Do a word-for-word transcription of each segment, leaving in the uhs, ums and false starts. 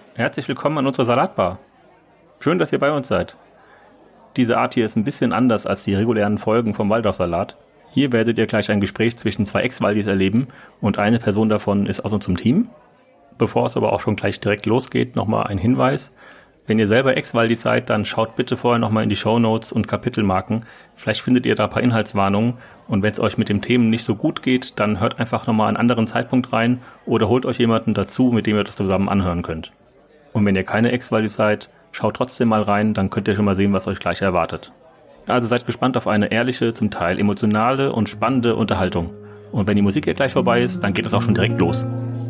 Herzlich willkommen an unserer Salatbar. Schön, dass ihr bei uns seid. Diese Art hier ist ein bisschen anders als die regulären Folgen vom Waldorfsalat. Hier werdet ihr gleich ein Gespräch zwischen zwei Ex-Waldis erleben und eine Person davon ist aus unserem Team. Bevor es aber auch schon gleich direkt losgeht, nochmal ein Hinweis. Wenn ihr selber Ex-Waldis seid, dann schaut bitte vorher nochmal in die Shownotes und Kapitelmarken. Vielleicht findet ihr da ein paar Inhaltswarnungen. Und wenn es euch mit dem Themen nicht so gut geht, dann hört einfach nochmal einen anderen Zeitpunkt rein oder holt euch jemanden dazu, mit dem ihr das zusammen anhören könnt. Und wenn ihr keine Ex-Waldis seid, schaut trotzdem mal rein, dann könnt ihr schon mal sehen, was euch gleich erwartet. Also seid gespannt auf eine ehrliche, zum Teil emotionale und spannende Unterhaltung. Und wenn die Musik hier gleich vorbei ist, dann geht es auch schon direkt los.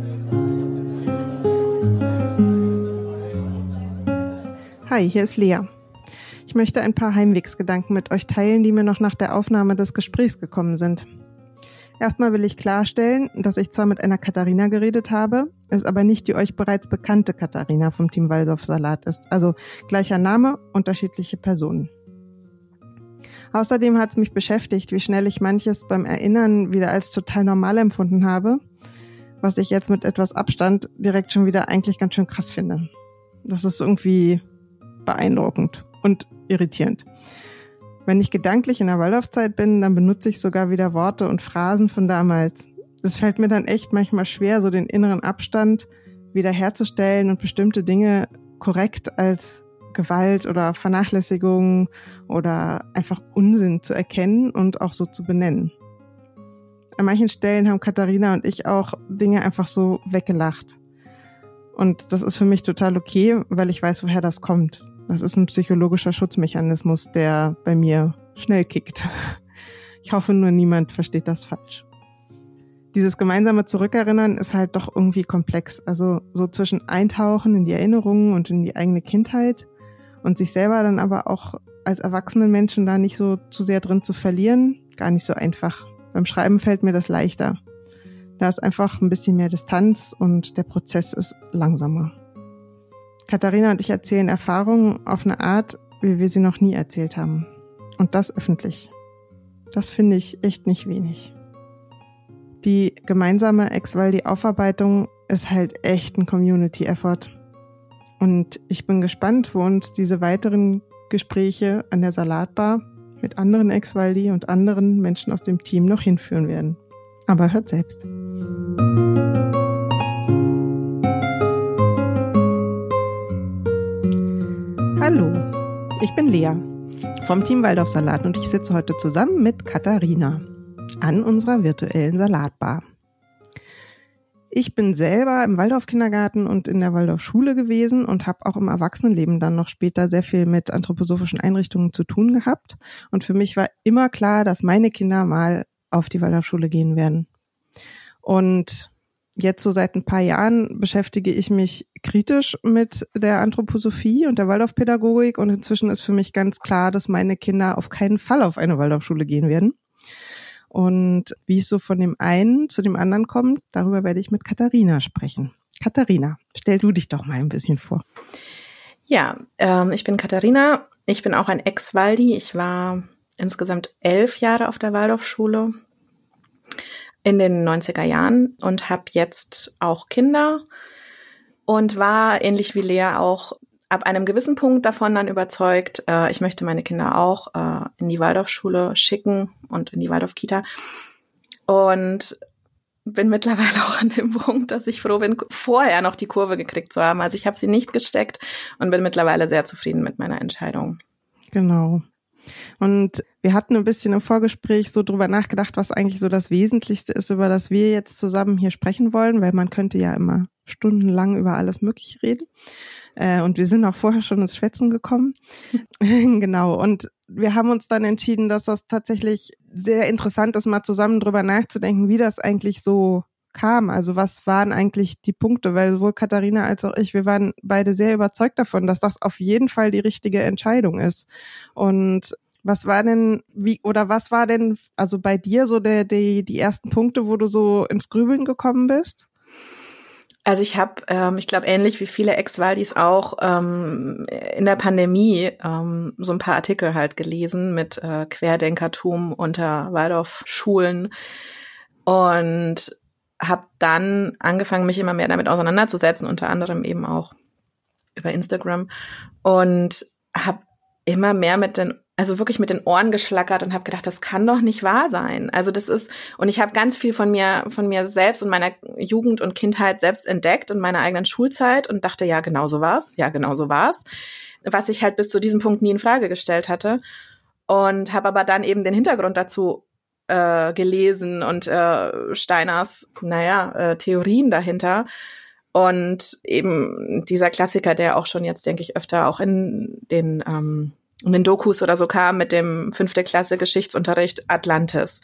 Hi, hier ist Lea. Ich möchte ein paar Heimwegsgedanken mit euch teilen, die mir noch nach der Aufnahme des Gesprächs gekommen sind. Erstmal will ich klarstellen, dass ich zwar mit einer Katharina geredet habe, es aber nicht die euch bereits bekannte Katharina vom Team Waldorfsalat ist. Also gleicher Name, unterschiedliche Personen. Außerdem hat es mich beschäftigt, wie schnell ich manches beim Erinnern wieder als total normal empfunden habe, was ich jetzt mit etwas Abstand direkt schon wieder eigentlich ganz schön krass finde. Das ist irgendwie beeindruckend und irritierend. Wenn ich gedanklich in der Waldorfzeit bin, dann benutze ich sogar wieder Worte und Phrasen von damals. Es fällt mir dann echt manchmal schwer, so den inneren Abstand wieder herzustellen und bestimmte Dinge korrekt als Gewalt oder Vernachlässigung oder einfach Unsinn zu erkennen und auch so zu benennen. An manchen Stellen haben Katharina und ich auch Dinge einfach so weggelacht. Und das ist für mich total okay, weil ich weiß, woher das kommt. Das ist ein psychologischer Schutzmechanismus, der bei mir schnell kickt. Ich hoffe nur, niemand versteht das falsch. Dieses gemeinsame Zurückerinnern ist halt doch irgendwie komplex. Also so zwischen Eintauchen in die Erinnerungen und in die eigene Kindheit und sich selber dann aber auch als erwachsenen Menschen da nicht so zu sehr drin zu verlieren, gar nicht so einfach. Beim Schreiben fällt mir das leichter. Da ist einfach ein bisschen mehr Distanz und der Prozess ist langsamer. Katharina und ich erzählen Erfahrungen auf eine Art, wie wir sie noch nie erzählt haben. Und das öffentlich. Das finde ich echt nicht wenig. Die gemeinsame Ex-Waldi-Aufarbeitung ist halt echt ein Community-Effort. Und ich bin gespannt, wo uns diese weiteren Gespräche an der Salatbar mit anderen Ex-Waldi und anderen Menschen aus dem Team noch hinführen werden. Aber hört selbst. Hallo, ich bin Lea vom Team Waldorfsalat und ich sitze heute zusammen mit Katharina an unserer virtuellen Salatbar. Ich bin selber im Waldorf-Kindergarten und in der Waldorfschule gewesen und habe auch im Erwachsenenleben dann noch später sehr viel mit anthroposophischen Einrichtungen zu tun gehabt. Und für mich war immer klar, dass meine Kinder mal auf die Waldorfschule gehen werden. Und jetzt so seit ein paar Jahren beschäftige ich mich kritisch mit der Anthroposophie und der Waldorfpädagogik und inzwischen ist für mich ganz klar, dass meine Kinder auf keinen Fall auf eine Waldorfschule gehen werden. Und wie es so von dem einen zu dem anderen kommt, darüber werde ich mit Katharina sprechen. Katharina, stell du dich doch mal ein bisschen vor. Ja, ähm, ich bin Katharina. Ich bin auch ein Ex-Waldi. Ich war insgesamt elf Jahre auf der Waldorfschule in den neunziger Jahren und habe jetzt auch Kinder und war ähnlich wie Lea auch ab einem gewissen Punkt davon dann überzeugt, äh, ich möchte meine Kinder auch äh, in die Waldorfschule schicken und in die Waldorfkita und bin mittlerweile auch an dem Punkt, dass ich froh bin, vorher noch die Kurve gekriegt zu haben. Also ich habe sie nicht gesteckt und bin mittlerweile sehr zufrieden mit meiner Entscheidung. Genau. Und wir hatten ein bisschen im Vorgespräch so drüber nachgedacht, was eigentlich so das Wesentlichste ist, über das wir jetzt zusammen hier sprechen wollen, weil man könnte ja immer stundenlang über alles Mögliche reden. Äh, und wir sind auch vorher schon ins Schwätzen gekommen. Genau. Und wir haben uns dann entschieden, dass das tatsächlich sehr interessant ist, mal zusammen drüber nachzudenken, wie das eigentlich so kam. Also was waren eigentlich die Punkte? Weil sowohl Katharina als auch ich, wir waren beide sehr überzeugt davon, dass das auf jeden Fall die richtige Entscheidung ist. Und was war denn, wie, oder was war denn, also bei dir so der, die, die ersten Punkte, wo du so ins Grübeln gekommen bist? Also ich habe, ähm, ich glaube, ähnlich wie viele Ex-Waldis auch ähm, in der Pandemie ähm, so ein paar Artikel halt gelesen mit äh, Querdenkertum unter Waldorfschulen und habe dann angefangen, mich immer mehr damit auseinanderzusetzen, unter anderem eben auch über Instagram und habe immer mehr mit den, also wirklich mit den Ohren geschlackert und habe gedacht, das kann doch nicht wahr sein. Also das ist, und ich habe ganz viel von mir, von mir selbst und meiner Jugend und Kindheit selbst entdeckt und meiner eigenen Schulzeit und dachte, ja, genau so war's, ja, genau so war's, was ich halt bis zu diesem Punkt nie in Frage gestellt hatte. Und habe aber dann eben den Hintergrund dazu äh, gelesen und äh, Steiners, naja, äh, Theorien dahinter. Und eben dieser Klassiker, der auch schon jetzt, denke ich, öfter auch in den, ähm, in den Dokus oder so kam, mit dem fünfte Klasse Geschichtsunterricht Atlantis.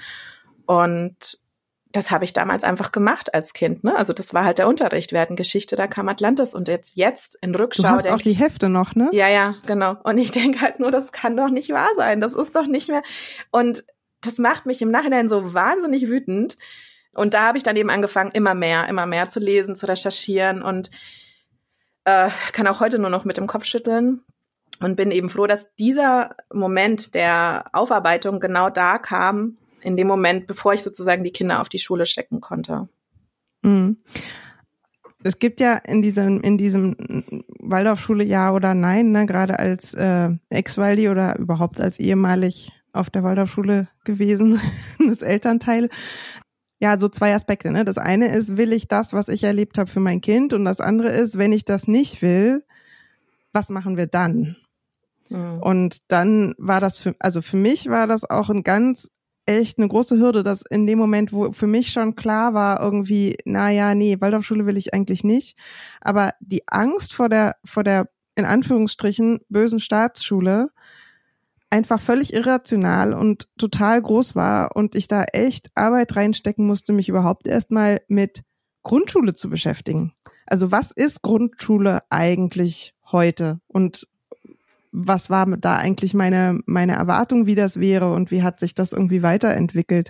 Und das habe ich damals einfach gemacht als Kind, ne? Also das war halt der Unterricht. Wir hatten Geschichte, da kam Atlantis. Und jetzt, jetzt in Rückschau. Du hast auch die Hefte noch, ne? Ja, ja, genau. Und ich denke halt nur, das kann doch nicht wahr sein. Das ist doch nicht mehr. Und das macht mich im Nachhinein so wahnsinnig wütend. Und da habe ich dann eben angefangen, immer mehr, immer mehr zu lesen, zu recherchieren und äh, kann auch heute nur noch mit dem Kopf schütteln und bin eben froh, dass dieser Moment der Aufarbeitung genau da kam, in dem Moment, bevor ich sozusagen die Kinder auf die Schule stecken konnte. Mhm. Es gibt ja in diesem in diesem Waldorfschule ja oder nein, ne, gerade als äh, Ex-Waldi oder überhaupt als ehemalig auf der Waldorfschule gewesen, das Elternteil. Ja, so zwei Aspekte, ne? Das eine ist, will ich das, was ich erlebt habe, für mein Kind? Und das andere ist, wenn ich das nicht will, was machen wir dann? Mhm. Und dann war das für, also für mich war das auch ein ganz, echt eine große Hürde, dass in dem Moment, wo für mich schon klar war, irgendwie, na ja, nee, Waldorfschule will ich eigentlich nicht. Aber die Angst vor der, vor der, in Anführungsstrichen, bösen Staatsschule einfach völlig irrational und total groß war und ich da echt Arbeit reinstecken musste, mich überhaupt erstmal mit Grundschule zu beschäftigen. Also was ist Grundschule eigentlich heute und was war da eigentlich meine meine Erwartung, wie das wäre und wie hat sich das irgendwie weiterentwickelt?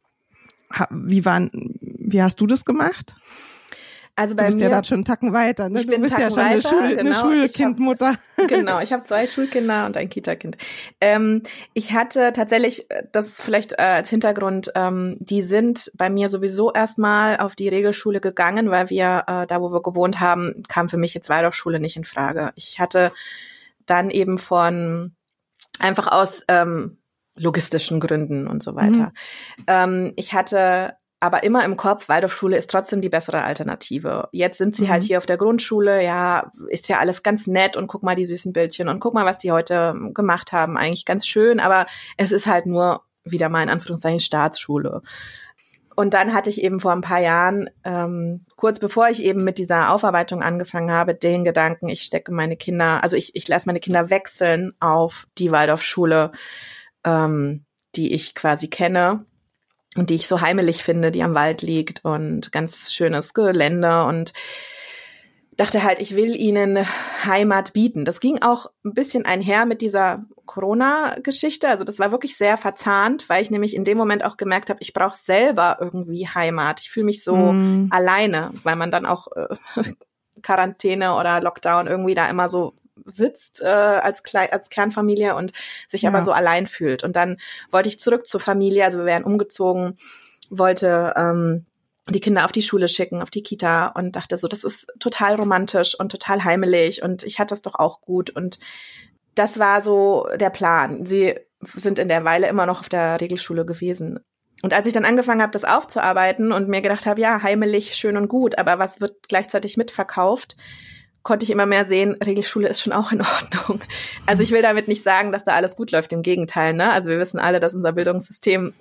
Wie waren, wie hast du das gemacht? Also bei du bist mir, ja da schon einen Tacken weiter, ne? Ich bin du bist Tacken ja schon weiter, eine, Schul, genau. eine Schulkindmutter. Ich hab, genau, ich habe zwei Schulkinder und ein Kita-Kind. Ähm, ich hatte tatsächlich, das ist vielleicht äh, als Hintergrund, ähm, die sind bei mir sowieso erstmal auf die Regelschule gegangen, weil wir, äh, da wo wir gewohnt haben, kam für mich jetzt Waldorfschule nicht in Frage. Ich hatte dann eben von, einfach aus ähm, logistischen Gründen und so weiter. Mhm. Ähm, ich hatte aber immer im Kopf, Waldorfschule ist trotzdem die bessere Alternative. Jetzt sind sie mhm. halt hier auf der Grundschule, ja, ist ja alles ganz nett und guck mal die süßen Bildchen und guck mal, was die heute gemacht haben. Eigentlich ganz schön, aber es ist halt nur wieder mal in Anführungszeichen Staatsschule. Und dann hatte ich eben vor ein paar Jahren, ähm, kurz bevor ich eben mit dieser Aufarbeitung angefangen habe, den Gedanken, ich stecke meine Kinder, also ich, ich lasse meine Kinder wechseln auf die Waldorfschule, ähm, die ich quasi kenne. Und die ich so heimelig finde, die am Wald liegt und ganz schönes Gelände und dachte halt, ich will ihnen Heimat bieten. Das ging auch ein bisschen einher mit dieser Corona-Geschichte. Also das war wirklich sehr verzahnt, weil ich nämlich in dem Moment auch gemerkt habe, ich brauche selber irgendwie Heimat. Ich fühle mich so mm. alleine, weil man dann auch äh, Quarantäne oder Lockdown irgendwie da immer so sitzt äh, als Kle- als Kernfamilie und sich ja. aber so allein fühlt. Und dann wollte ich zurück zur Familie, also wir wären umgezogen, wollte ähm, die Kinder auf die Schule schicken, auf die Kita und dachte so, das ist total romantisch und total heimelig und ich hatte das doch auch gut. Und das war so der Plan. Sie sind in der Weile immer noch auf der Regelschule gewesen. Und als ich dann angefangen habe, das aufzuarbeiten und mir gedacht habe, ja, heimelig, schön und gut, aber was wird gleichzeitig mitverkauft, konnte ich immer mehr sehen, Regelschule ist schon auch in Ordnung. Also ich will damit nicht sagen, dass da alles gut läuft, im Gegenteil, ne? Also wir wissen alle, dass unser Bildungssystem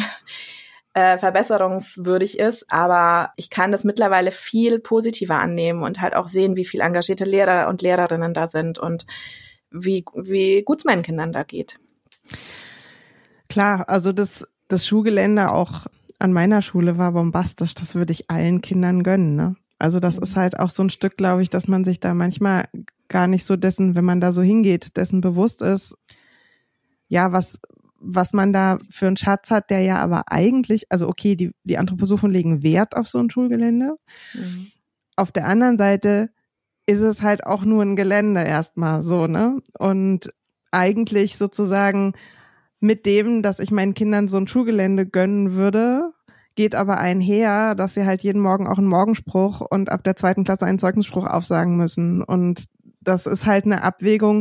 äh, verbesserungswürdig ist, aber ich kann das mittlerweile viel positiver annehmen und halt auch sehen, wie viel engagierte Lehrer und Lehrerinnen da sind und wie, wie gut es meinen Kindern da geht. Klar, also das, das Schulgelände auch an meiner Schule war bombastisch, das würde ich allen Kindern gönnen, ne? Also das ist halt auch so ein Stück, glaube ich, dass man sich da manchmal gar nicht so dessen, wenn man da so hingeht, dessen bewusst ist, ja, was was man da für einen Schatz hat, der ja aber eigentlich, also okay, die die Anthroposophen legen Wert auf so ein Schulgelände. Mhm. Auf der anderen Seite ist es halt auch nur ein Gelände erstmal so, ne? Und eigentlich sozusagen mit dem, dass ich meinen Kindern so ein Schulgelände gönnen würde, geht aber einher, dass sie halt jeden Morgen auch einen Morgenspruch und ab der zweiten Klasse einen Zeugnisspruch aufsagen müssen. Und das ist halt eine Abwägung,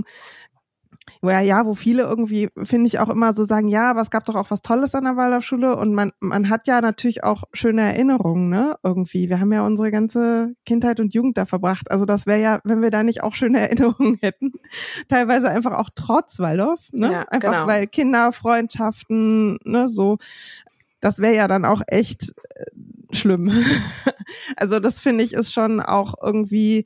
wo ja, ja, wo viele irgendwie, finde ich, auch immer so sagen, ja, aber es gab doch auch was Tolles an der Waldorfschule und man man hat ja natürlich auch schöne Erinnerungen, ne, irgendwie. Wir haben ja unsere ganze Kindheit und Jugend da verbracht. Also das wäre ja, wenn wir da nicht auch schöne Erinnerungen hätten, teilweise einfach auch trotz Waldorf, ne, ja, einfach genau. weil Kinder, Freundschaften, ne, so, das wäre ja dann auch echt äh, schlimm. Also das finde ich ist schon auch irgendwie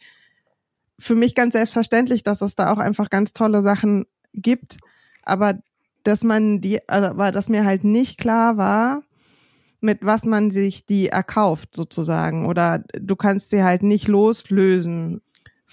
für mich ganz selbstverständlich, dass es da auch einfach ganz tolle Sachen gibt, aber dass man die, also, aber dass mir halt nicht klar war, mit was man sich die erkauft sozusagen, oder du kannst sie halt nicht loslösen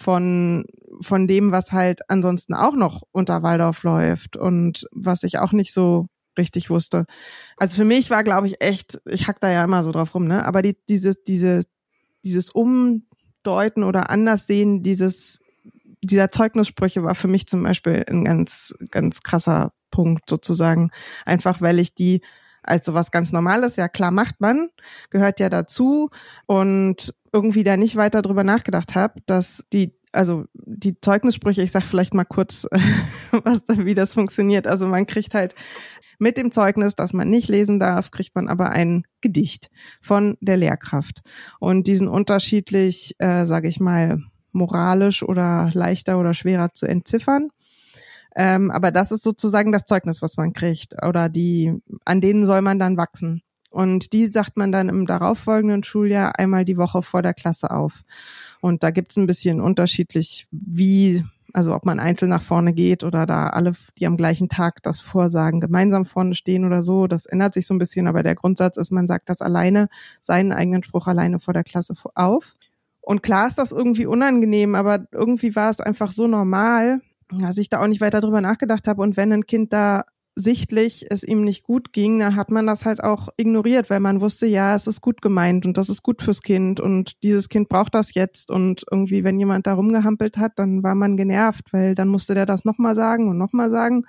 von von dem, was halt ansonsten auch noch unter Waldorf läuft und was ich auch nicht so richtig wusste. Also für mich war, glaube ich, echt, ich hack da ja immer so drauf rum, ne, aber die dieses diese dieses um deuten oder anders sehen, dieses, dieser Zeugnissprüche war für mich zum Beispiel ein ganz, ganz krasser Punkt sozusagen. Einfach, weil ich die als so was ganz Normales, ja klar macht man, gehört ja dazu und irgendwie da nicht weiter drüber nachgedacht habe, dass die, also die Zeugnissprüche, ich sag vielleicht mal kurz, was da, wie das funktioniert. Also man kriegt halt mit dem Zeugnis, dass man nicht lesen darf, kriegt man aber ein Gedicht von der Lehrkraft. Und die sind unterschiedlich, äh, sage ich mal, moralisch oder leichter oder schwerer zu entziffern. Ähm, aber das ist sozusagen das Zeugnis, was man kriegt. Oder die, an denen soll man dann wachsen. Und die sagt man dann im darauffolgenden Schuljahr einmal die Woche vor der Klasse auf. Und da gibt's ein bisschen unterschiedlich, wie, also ob man einzeln nach vorne geht oder da alle, die am gleichen Tag das vorsagen, gemeinsam vorne stehen oder so. Das ändert sich so ein bisschen, aber der Grundsatz ist, man sagt das alleine, seinen eigenen Spruch alleine vor der Klasse auf. Und klar ist das irgendwie unangenehm, aber irgendwie war es einfach so normal, dass ich da auch nicht weiter drüber nachgedacht habe. Und wenn ein Kind da sichtlich es ihm nicht gut ging, dann hat man das halt auch ignoriert, weil man wusste, ja, es ist gut gemeint und das ist gut fürs Kind und dieses Kind braucht das jetzt. Und irgendwie, wenn jemand da rumgehampelt hat, dann war man genervt, weil dann musste der das nochmal sagen und nochmal sagen.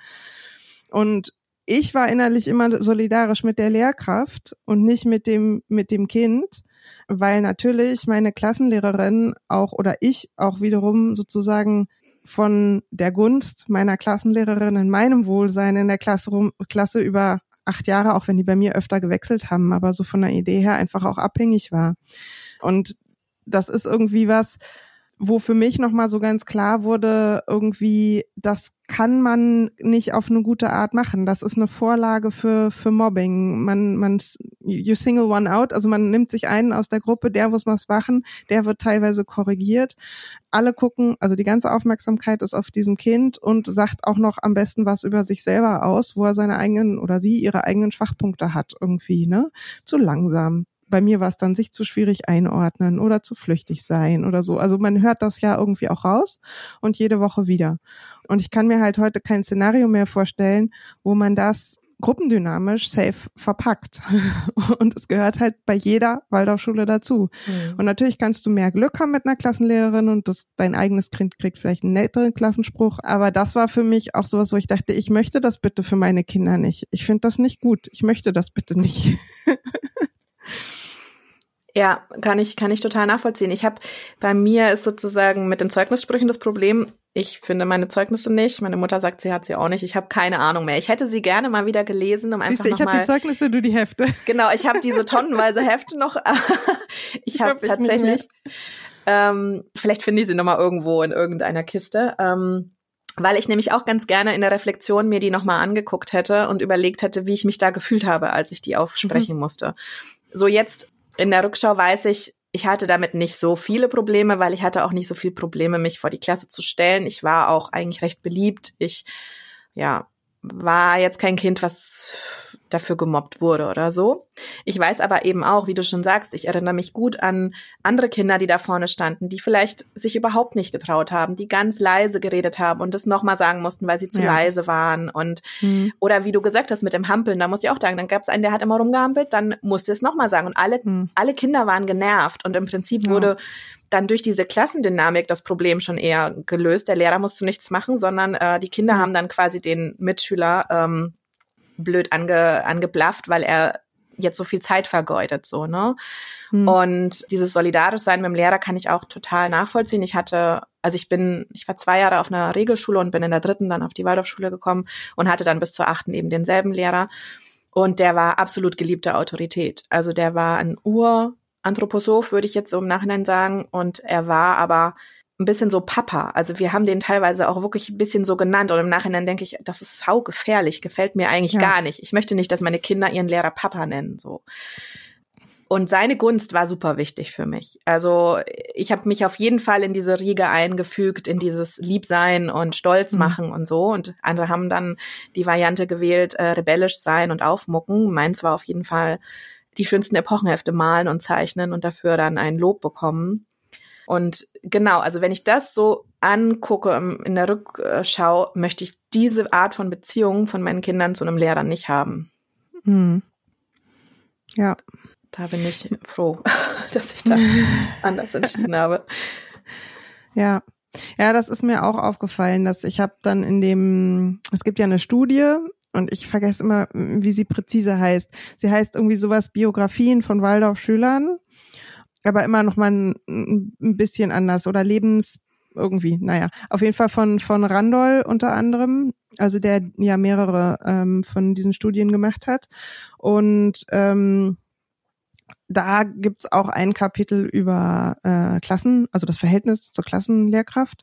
Und ich war innerlich immer solidarisch mit der Lehrkraft und nicht mit dem, mit dem Kind, weil natürlich meine Klassenlehrerin auch oder ich auch wiederum sozusagen von der Gunst meiner Klassenlehrerin in meinem Wohlsein in der Klasse, rum, Klasse über acht Jahre, auch wenn die bei mir öfter gewechselt haben, aber so von der Idee her einfach auch abhängig war. Und das ist irgendwie was, wo für mich nochmal so ganz klar wurde, irgendwie, das kann man nicht auf eine gute Art machen. Das ist eine Vorlage für für Mobbing. Man, man, you single one out, also man nimmt sich einen aus der Gruppe, der muss was machen, der wird teilweise korrigiert. Alle gucken, also die ganze Aufmerksamkeit ist auf diesem Kind und sagt auch noch am besten was über sich selber aus, wo er seine eigenen oder sie ihre eigenen Schwachpunkte hat irgendwie, ne? Zu langsam. Bei mir war es dann, sich zu schwierig einordnen oder zu flüchtig sein oder so. Also man hört das ja irgendwie auch raus und jede Woche wieder. Und ich kann mir halt heute kein Szenario mehr vorstellen, wo man das gruppendynamisch safe verpackt. Und es gehört halt bei jeder Waldorfschule dazu. Mhm. Und natürlich kannst du mehr Glück haben mit einer Klassenlehrerin und das, dein eigenes Kind kriegt vielleicht einen netteren Klassenspruch. Aber das war für mich auch sowas, wo ich dachte, ich möchte das bitte für meine Kinder nicht. Ich finde das nicht gut. Ich möchte das bitte nicht. Ja, kann ich kann ich total nachvollziehen. Ich habe bei mir ist sozusagen mit den Zeugnissprüchen das Problem, ich finde meine Zeugnisse nicht. Meine Mutter sagt, sie hat sie auch nicht. Ich habe keine Ahnung mehr. Ich hätte sie gerne mal wieder gelesen, um einfach Siehste, noch ich mal. Ich habe die Zeugnisse, du die Hefte. Genau, ich habe diese tonnenweise Hefte noch. Ich habe tatsächlich, ähm, vielleicht finde ich sie noch mal irgendwo in irgendeiner Kiste. Ähm, weil ich nämlich auch ganz gerne in der Reflexion mir die nochmal angeguckt hätte und überlegt hätte, wie ich mich da gefühlt habe, als ich die aufsprechen mhm. musste. So jetzt in der Rückschau weiß ich, ich hatte damit nicht so viele Probleme, weil ich hatte auch nicht so viele Probleme, mich vor die Klasse zu stellen. Ich war auch eigentlich recht beliebt. Ich, ja, war jetzt kein Kind, was dafür gemobbt wurde oder so. Ich weiß aber eben auch, wie du schon sagst, ich erinnere mich gut an andere Kinder, die da vorne standen, die vielleicht sich überhaupt nicht getraut haben, die ganz leise geredet haben und das nochmal sagen mussten, weil sie zu ja. leise waren. Und mhm. oder wie du gesagt hast, mit dem Hampeln, da muss ich auch sagen, dann gab es einen, der hat immer rumgehampelt, dann musste es nochmal sagen. Und alle, mhm. alle Kinder waren genervt und im Prinzip ja. wurde dann durch diese Klassendynamik das Problem schon eher gelöst. Der Lehrer musste nichts machen, sondern äh, die Kinder mhm. haben dann quasi den Mitschüler ähm, blöd ange, angeblafft, weil er jetzt so viel Zeit vergeudet, so, ne? Mhm. Und dieses solidarisch sein mit dem Lehrer kann ich auch total nachvollziehen. Ich hatte Also ich bin, ich war zwei Jahre auf einer Regelschule und bin in der dritten dann auf die Waldorfschule gekommen und hatte dann bis zur achten eben denselben Lehrer. Und der war absolut geliebte Autorität. Also der war ein Uranthroposoph, würde ich jetzt so im Nachhinein sagen. Und er war aber ein bisschen so Papa. Also wir haben den teilweise auch wirklich ein bisschen so genannt. Und im Nachhinein denke ich, das ist saugefährlich, gefällt mir eigentlich ja. gar nicht. Ich möchte nicht, dass meine Kinder ihren Lehrer Papa nennen, so. Und seine Gunst war super wichtig für mich. Also ich habe mich auf jeden Fall in diese Riege eingefügt, in dieses Liebsein und Stolz machen mhm. und so. Und andere haben dann die Variante gewählt, äh, rebellisch sein und aufmucken. Meins war auf jeden Fall die schönsten Epochenhefte malen und zeichnen und dafür dann ein Lob bekommen. Und genau, also wenn ich das so angucke in der Rückschau, möchte ich diese Art von Beziehung von meinen Kindern zu einem Lehrer nicht haben. Mhm. Ja. Da bin ich froh, dass ich da anders entschieden habe. Ja, ja, das ist mir auch aufgefallen, dass ich habe dann in dem, es gibt ja eine Studie und ich vergesse immer, wie sie präzise heißt. Sie heißt irgendwie sowas Biografien von Waldorfschülern, aber immer noch mal ein, ein bisschen anders oder Lebens irgendwie, naja, auf jeden Fall von von Randol unter anderem, also der ja mehrere ähm, von diesen Studien gemacht hat und ähm, da gibt's auch ein Kapitel über äh, Klassen, also das Verhältnis zur Klassenlehrkraft.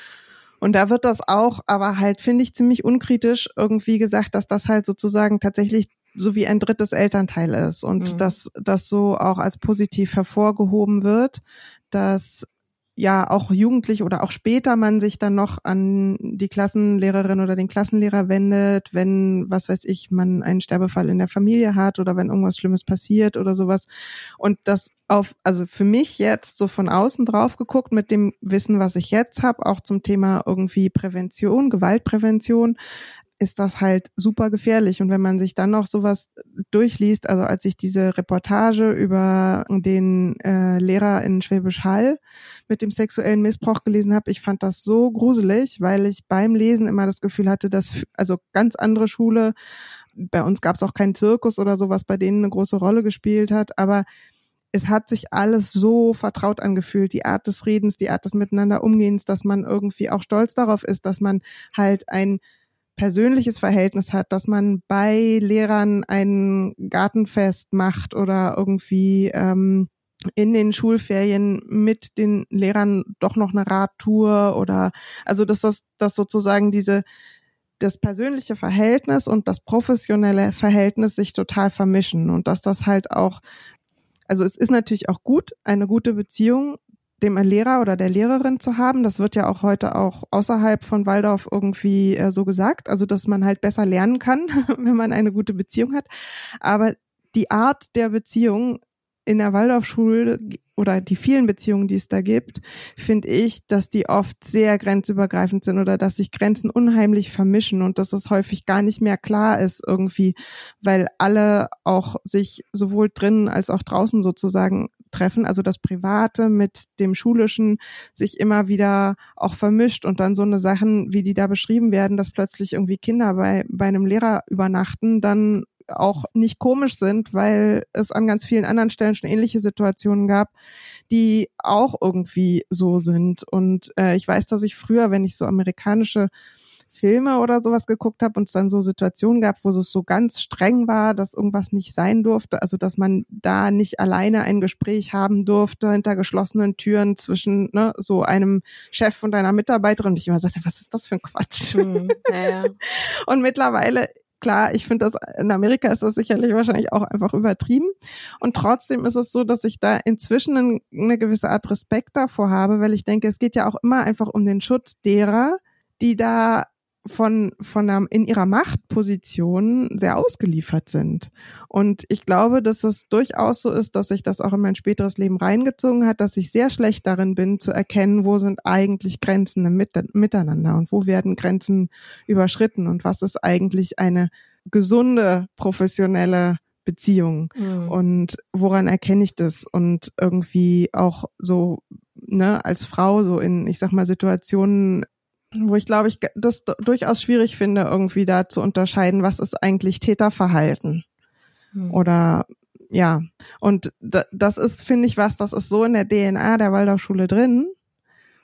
Und da wird das auch, aber halt, finde ich, ziemlich unkritisch irgendwie gesagt, dass das halt sozusagen tatsächlich so wie ein drittes Elternteil ist und mhm. dass das so auch als positiv hervorgehoben wird, dass ja auch jugendlich oder auch später man sich dann noch an die Klassenlehrerin oder den Klassenlehrer wendet, wenn, was weiß ich, man einen Sterbefall in der Familie hat oder wenn irgendwas Schlimmes passiert oder sowas. Und das auf, also für mich jetzt so von außen drauf geguckt mit dem Wissen, was ich jetzt habe, auch zum Thema irgendwie Prävention, Gewaltprävention, ist das halt super gefährlich. Und wenn man sich dann noch sowas durchliest, also als ich diese Reportage über den äh, Lehrer in Schwäbisch Hall mit dem sexuellen Missbrauch gelesen habe, ich fand das so gruselig, weil ich beim Lesen immer das Gefühl hatte, dass, also ganz andere Schule, bei uns gab es auch keinen Zirkus oder so, was bei denen eine große Rolle gespielt hat, aber es hat sich alles so vertraut angefühlt, die Art des Redens, die Art des Miteinander Umgehens, dass man irgendwie auch stolz darauf ist, dass man halt ein persönliches Verhältnis hat, dass man bei Lehrern ein Gartenfest macht oder irgendwie ähm, in den Schulferien mit den Lehrern doch noch eine Radtour oder also dass das, dass sozusagen diese das persönliche Verhältnis und das professionelle Verhältnis sich total vermischen und dass das halt auch, also es ist natürlich auch gut, eine gute Beziehung dem Lehrer oder der Lehrerin zu haben. Das wird ja auch heute auch außerhalb von Waldorf irgendwie äh, so gesagt, also dass man halt besser lernen kann, wenn man eine gute Beziehung hat. Aber die Art der Beziehung in der Waldorfschule oder die vielen Beziehungen, die es da gibt, finde ich, dass die oft sehr grenzübergreifend sind oder dass sich Grenzen unheimlich vermischen und dass es häufig gar nicht mehr klar ist irgendwie, weil alle auch sich sowohl drinnen als auch draußen sozusagen treffen, also das Private mit dem Schulischen sich immer wieder auch vermischt und dann so eine Sachen, wie die da beschrieben werden, dass plötzlich irgendwie Kinder bei bei einem Lehrer übernachten, dann auch nicht komisch sind, weil es an ganz vielen anderen Stellen schon ähnliche Situationen gab, die auch irgendwie so sind. Und äh, ich weiß, dass ich früher, wenn ich so amerikanische Filme oder sowas geguckt habe und es dann so Situationen gab, wo es so ganz streng war, dass irgendwas nicht sein durfte, also dass man da nicht alleine ein Gespräch haben durfte hinter geschlossenen Türen zwischen ne, so einem Chef und einer Mitarbeiterin. Und ich immer sagte, was ist das für ein Quatsch? Hm, ja. Und mittlerweile klar, ich finde das, in Amerika ist das sicherlich wahrscheinlich auch einfach übertrieben. Und trotzdem ist es so, dass ich da inzwischen eine gewisse Art Respekt davor habe, weil ich denke, es geht ja auch immer einfach um den Schutz derer, die da von, von einer, in ihrer Machtposition sehr ausgeliefert sind. Und ich glaube, dass es durchaus so ist, dass sich das auch in mein späteres Leben reingezogen hat, dass ich sehr schlecht darin bin, zu erkennen, wo sind eigentlich Grenzen im Miteinander und wo werden Grenzen überschritten und was ist eigentlich eine gesunde, professionelle Beziehung mhm. und woran erkenne ich das und irgendwie auch so, ne, als Frau so in, ich sag mal, Situationen, wo ich glaube, ich das durchaus schwierig finde, irgendwie da zu unterscheiden, was ist eigentlich Täterverhalten hm. oder ja. Und da, das ist, finde ich, was, das ist so in der D N A der Waldorfschule drin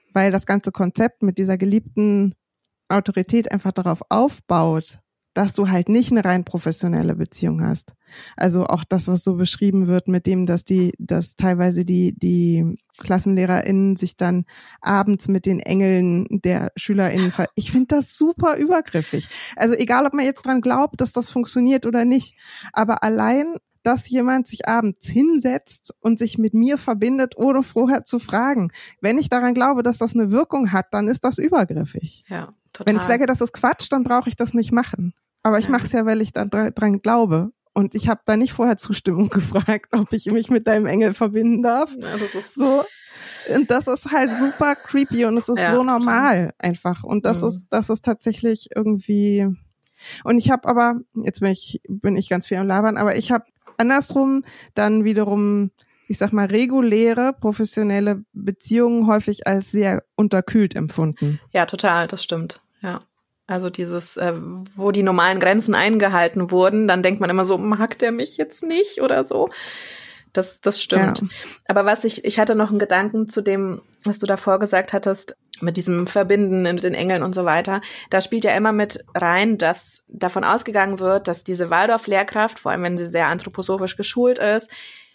weil das ganze Konzept mit dieser geliebten Autorität einfach darauf aufbaut, dass du halt nicht eine rein professionelle Beziehung hast. Also auch das, was so beschrieben wird mit dem, dass die, dass teilweise die, die KlassenlehrerInnen sich dann abends mit den Engeln der SchülerInnen ver- ich finde das super übergriffig. Also egal, ob man jetzt dran glaubt, dass das funktioniert oder nicht, aber allein, dass jemand sich abends hinsetzt und sich mit mir verbindet, ohne vorher zu fragen. Wenn ich daran glaube, dass das eine Wirkung hat, dann ist das übergriffig. Ja, total. Wenn ich sage, das ist Quatsch, dann brauche ich das nicht machen. Aber ich Ja. mache es ja, weil ich da dran, dran glaube. Und ich habe da nicht vorher Zustimmung gefragt, ob ich mich mit deinem Engel verbinden darf. Ja, das ist so. Und das ist halt super creepy und es ist Ja, so total. normal einfach. Und das Mhm. ist, das ist tatsächlich irgendwie. Und ich habe aber, jetzt bin ich, bin ich ganz viel am Labern, aber ich habe andersrum dann wiederum, ich sag mal, reguläre, professionelle Beziehungen häufig als sehr unterkühlt empfunden. Ja, total, das stimmt. Ja. Also dieses, äh, wo die normalen Grenzen eingehalten wurden, dann denkt man immer so, mag der mich jetzt nicht oder so. Das, das stimmt. Ja. Aber was ich, ich hatte noch einen Gedanken zu dem, was du davor gesagt hattest, mit diesem Verbinden mit den Engeln und so weiter. Da spielt ja immer mit rein, dass davon ausgegangen wird, dass diese Waldorf-Lehrkraft, vor allem wenn sie sehr anthroposophisch geschult ist,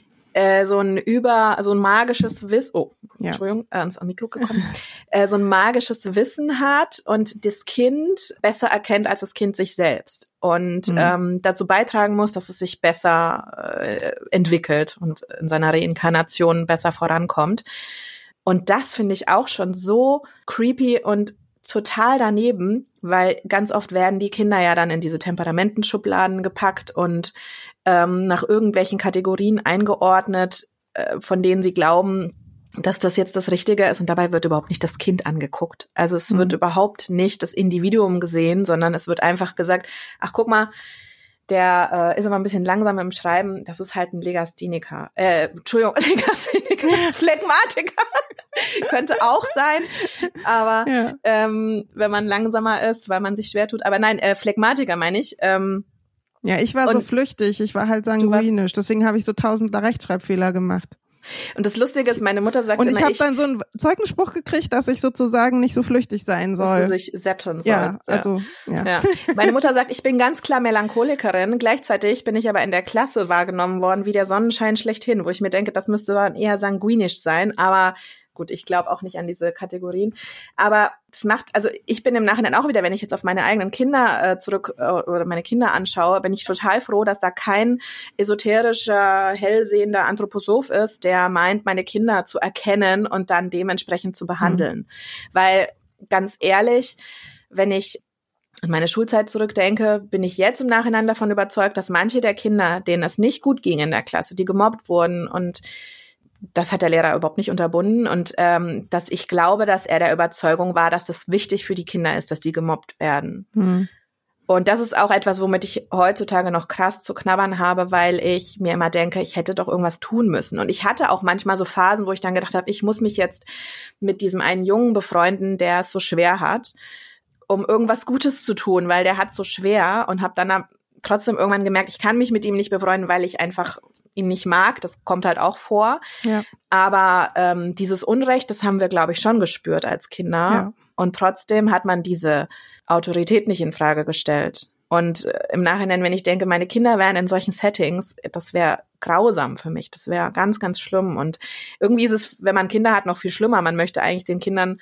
äh, so ein über, so ein magisches Wissen, oh, Ja. Entschuldigung, äh, ans Mikro gekommen, äh, so ein magisches Wissen hat und das Kind besser erkennt als das Kind sich selbst und Mhm. ähm, dazu beitragen muss, dass es sich besser äh, entwickelt und in seiner Reinkarnation besser vorankommt. Und das finde ich auch schon so creepy und total daneben, weil ganz oft werden die Kinder ja dann in diese Temperamentenschubladen gepackt und ähm, nach irgendwelchen Kategorien eingeordnet, äh, von denen sie glauben, dass das jetzt das Richtige ist. Und dabei wird überhaupt nicht das Kind angeguckt. Also es Mhm. wird überhaupt nicht das Individuum gesehen, sondern es wird einfach gesagt, ach guck mal, der äh, ist aber ein bisschen langsam im Schreiben, das ist halt ein Legastheniker. Äh, Entschuldigung, Legastheniker, Phlegmatiker. Könnte auch sein, aber Ja. ähm, wenn man langsamer ist, weil man sich schwer tut. Aber nein, äh, Phlegmatiker meine ich. Ähm, Ja, ich war so Und flüchtig, ich war halt warst- sanguinisch, deswegen habe ich so tausend Rechtschreibfehler gemacht. und das Lustige ist, meine Mutter sagt Und ich immer, habe ich, dann so einen Zeugenspruch gekriegt, dass ich sozusagen nicht so flüchtig sein dass du soll. sich setteln sollst. Ja, also, ja. Ja. Meine Mutter sagt, ich bin ganz klar Melancholikerin. Gleichzeitig bin ich aber in der Klasse wahrgenommen worden wie der Sonnenschein schlechthin, wo ich mir denke, das müsste dann eher sanguinisch sein. Aber gut, ich glaube auch nicht an diese Kategorien. Aber das macht, also ich bin im Nachhinein auch wieder, wenn ich jetzt auf meine eigenen Kinder äh, zurück äh, oder meine Kinder anschaue, bin ich total froh, dass da kein esoterischer, hellsehender Anthroposoph ist, der meint, meine Kinder zu erkennen und dann dementsprechend zu behandeln. Mhm. Weil, ganz ehrlich, wenn ich an meine Schulzeit zurückdenke, bin ich jetzt im Nachhinein davon überzeugt, dass manche der Kinder, denen es nicht gut ging in der Klasse, die gemobbt wurden und das hat der Lehrer überhaupt nicht unterbunden und ähm, dass ich glaube, dass er der Überzeugung war, dass das wichtig für die Kinder ist, dass die gemobbt werden. Hm. Und das ist auch etwas, womit ich heutzutage noch krass zu knabbern habe, weil ich mir immer denke, ich hätte doch irgendwas tun müssen. Und ich hatte auch manchmal so Phasen, wo ich dann gedacht habe, ich muss mich jetzt mit diesem einen Jungen befreunden, der es so schwer hat, um irgendwas Gutes zu tun, weil der hat so schwer und habe dann trotzdem irgendwann gemerkt, ich kann mich mit ihm nicht befreunden, weil ich einfach ihn nicht mag. Das kommt halt auch vor. Ja. Aber ähm, dieses Unrecht, das haben wir, glaube ich, schon gespürt als Kinder. Ja. Und trotzdem hat man diese Autorität nicht in Frage gestellt. Und äh, im Nachhinein, wenn ich denke, meine Kinder wären in solchen Settings, das wäre grausam für mich. Das wäre ganz, ganz schlimm. Und irgendwie ist es, wenn man Kinder hat, noch viel schlimmer. Man möchte eigentlich den Kindern,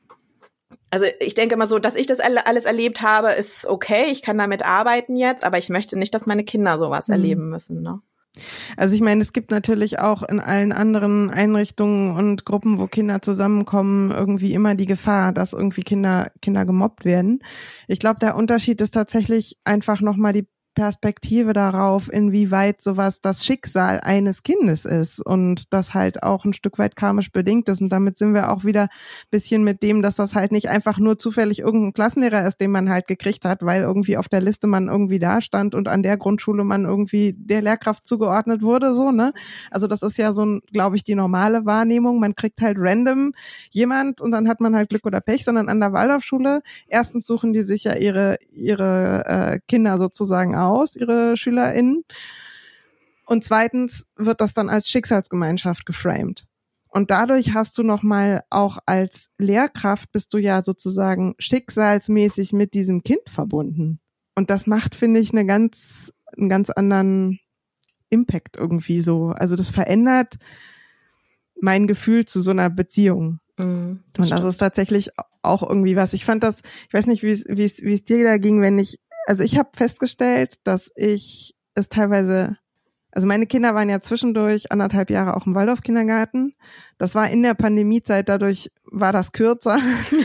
also ich denke immer so, dass ich das alles erlebt habe, ist okay. Ich kann damit arbeiten jetzt, aber ich möchte nicht, dass meine Kinder sowas mhm. erleben müssen, ne? Also ich meine, es gibt natürlich auch in allen anderen Einrichtungen und Gruppen, wo Kinder zusammenkommen, irgendwie immer die Gefahr, dass irgendwie Kinder Kinder gemobbt werden. Ich glaube, der Unterschied ist tatsächlich einfach nochmal die Perspektive darauf, inwieweit sowas das Schicksal eines Kindes ist und das halt auch ein Stück weit karmisch bedingt ist. Und damit sind wir auch wieder ein bisschen mit dem, dass das halt nicht einfach nur zufällig irgendein Klassenlehrer ist, den man halt gekriegt hat, weil irgendwie auf der Liste man irgendwie da stand und an der Grundschule man irgendwie der Lehrkraft zugeordnet wurde, so, ne? Also das ist ja so, glaube ich, die normale Wahrnehmung. Man kriegt halt random jemand und dann hat man halt Glück oder Pech, sondern an der Waldorfschule, erstens suchen die sich ja ihre, ihre äh, Kinder sozusagen aus, ihre SchülerInnen. Und zweitens wird das dann als Schicksalsgemeinschaft geframed. Und dadurch hast du nochmal auch als Lehrkraft bist du ja sozusagen schicksalsmäßig mit diesem Kind verbunden. Und das macht, finde ich, eine ganz, einen ganz anderen Impact irgendwie so. Also das verändert mein Gefühl zu so einer Beziehung. Mm, das und das stimmt. Ist tatsächlich auch irgendwie was. Ich fand das, ich weiß nicht, wie es, wie es, wie es dir da ging, wenn ich, also ich habe festgestellt, dass ich es teilweise, also meine Kinder waren ja zwischendurch anderthalb Jahre auch im Waldorf-Kindergarten. Das war in der Pandemiezeit, dadurch war das kürzer,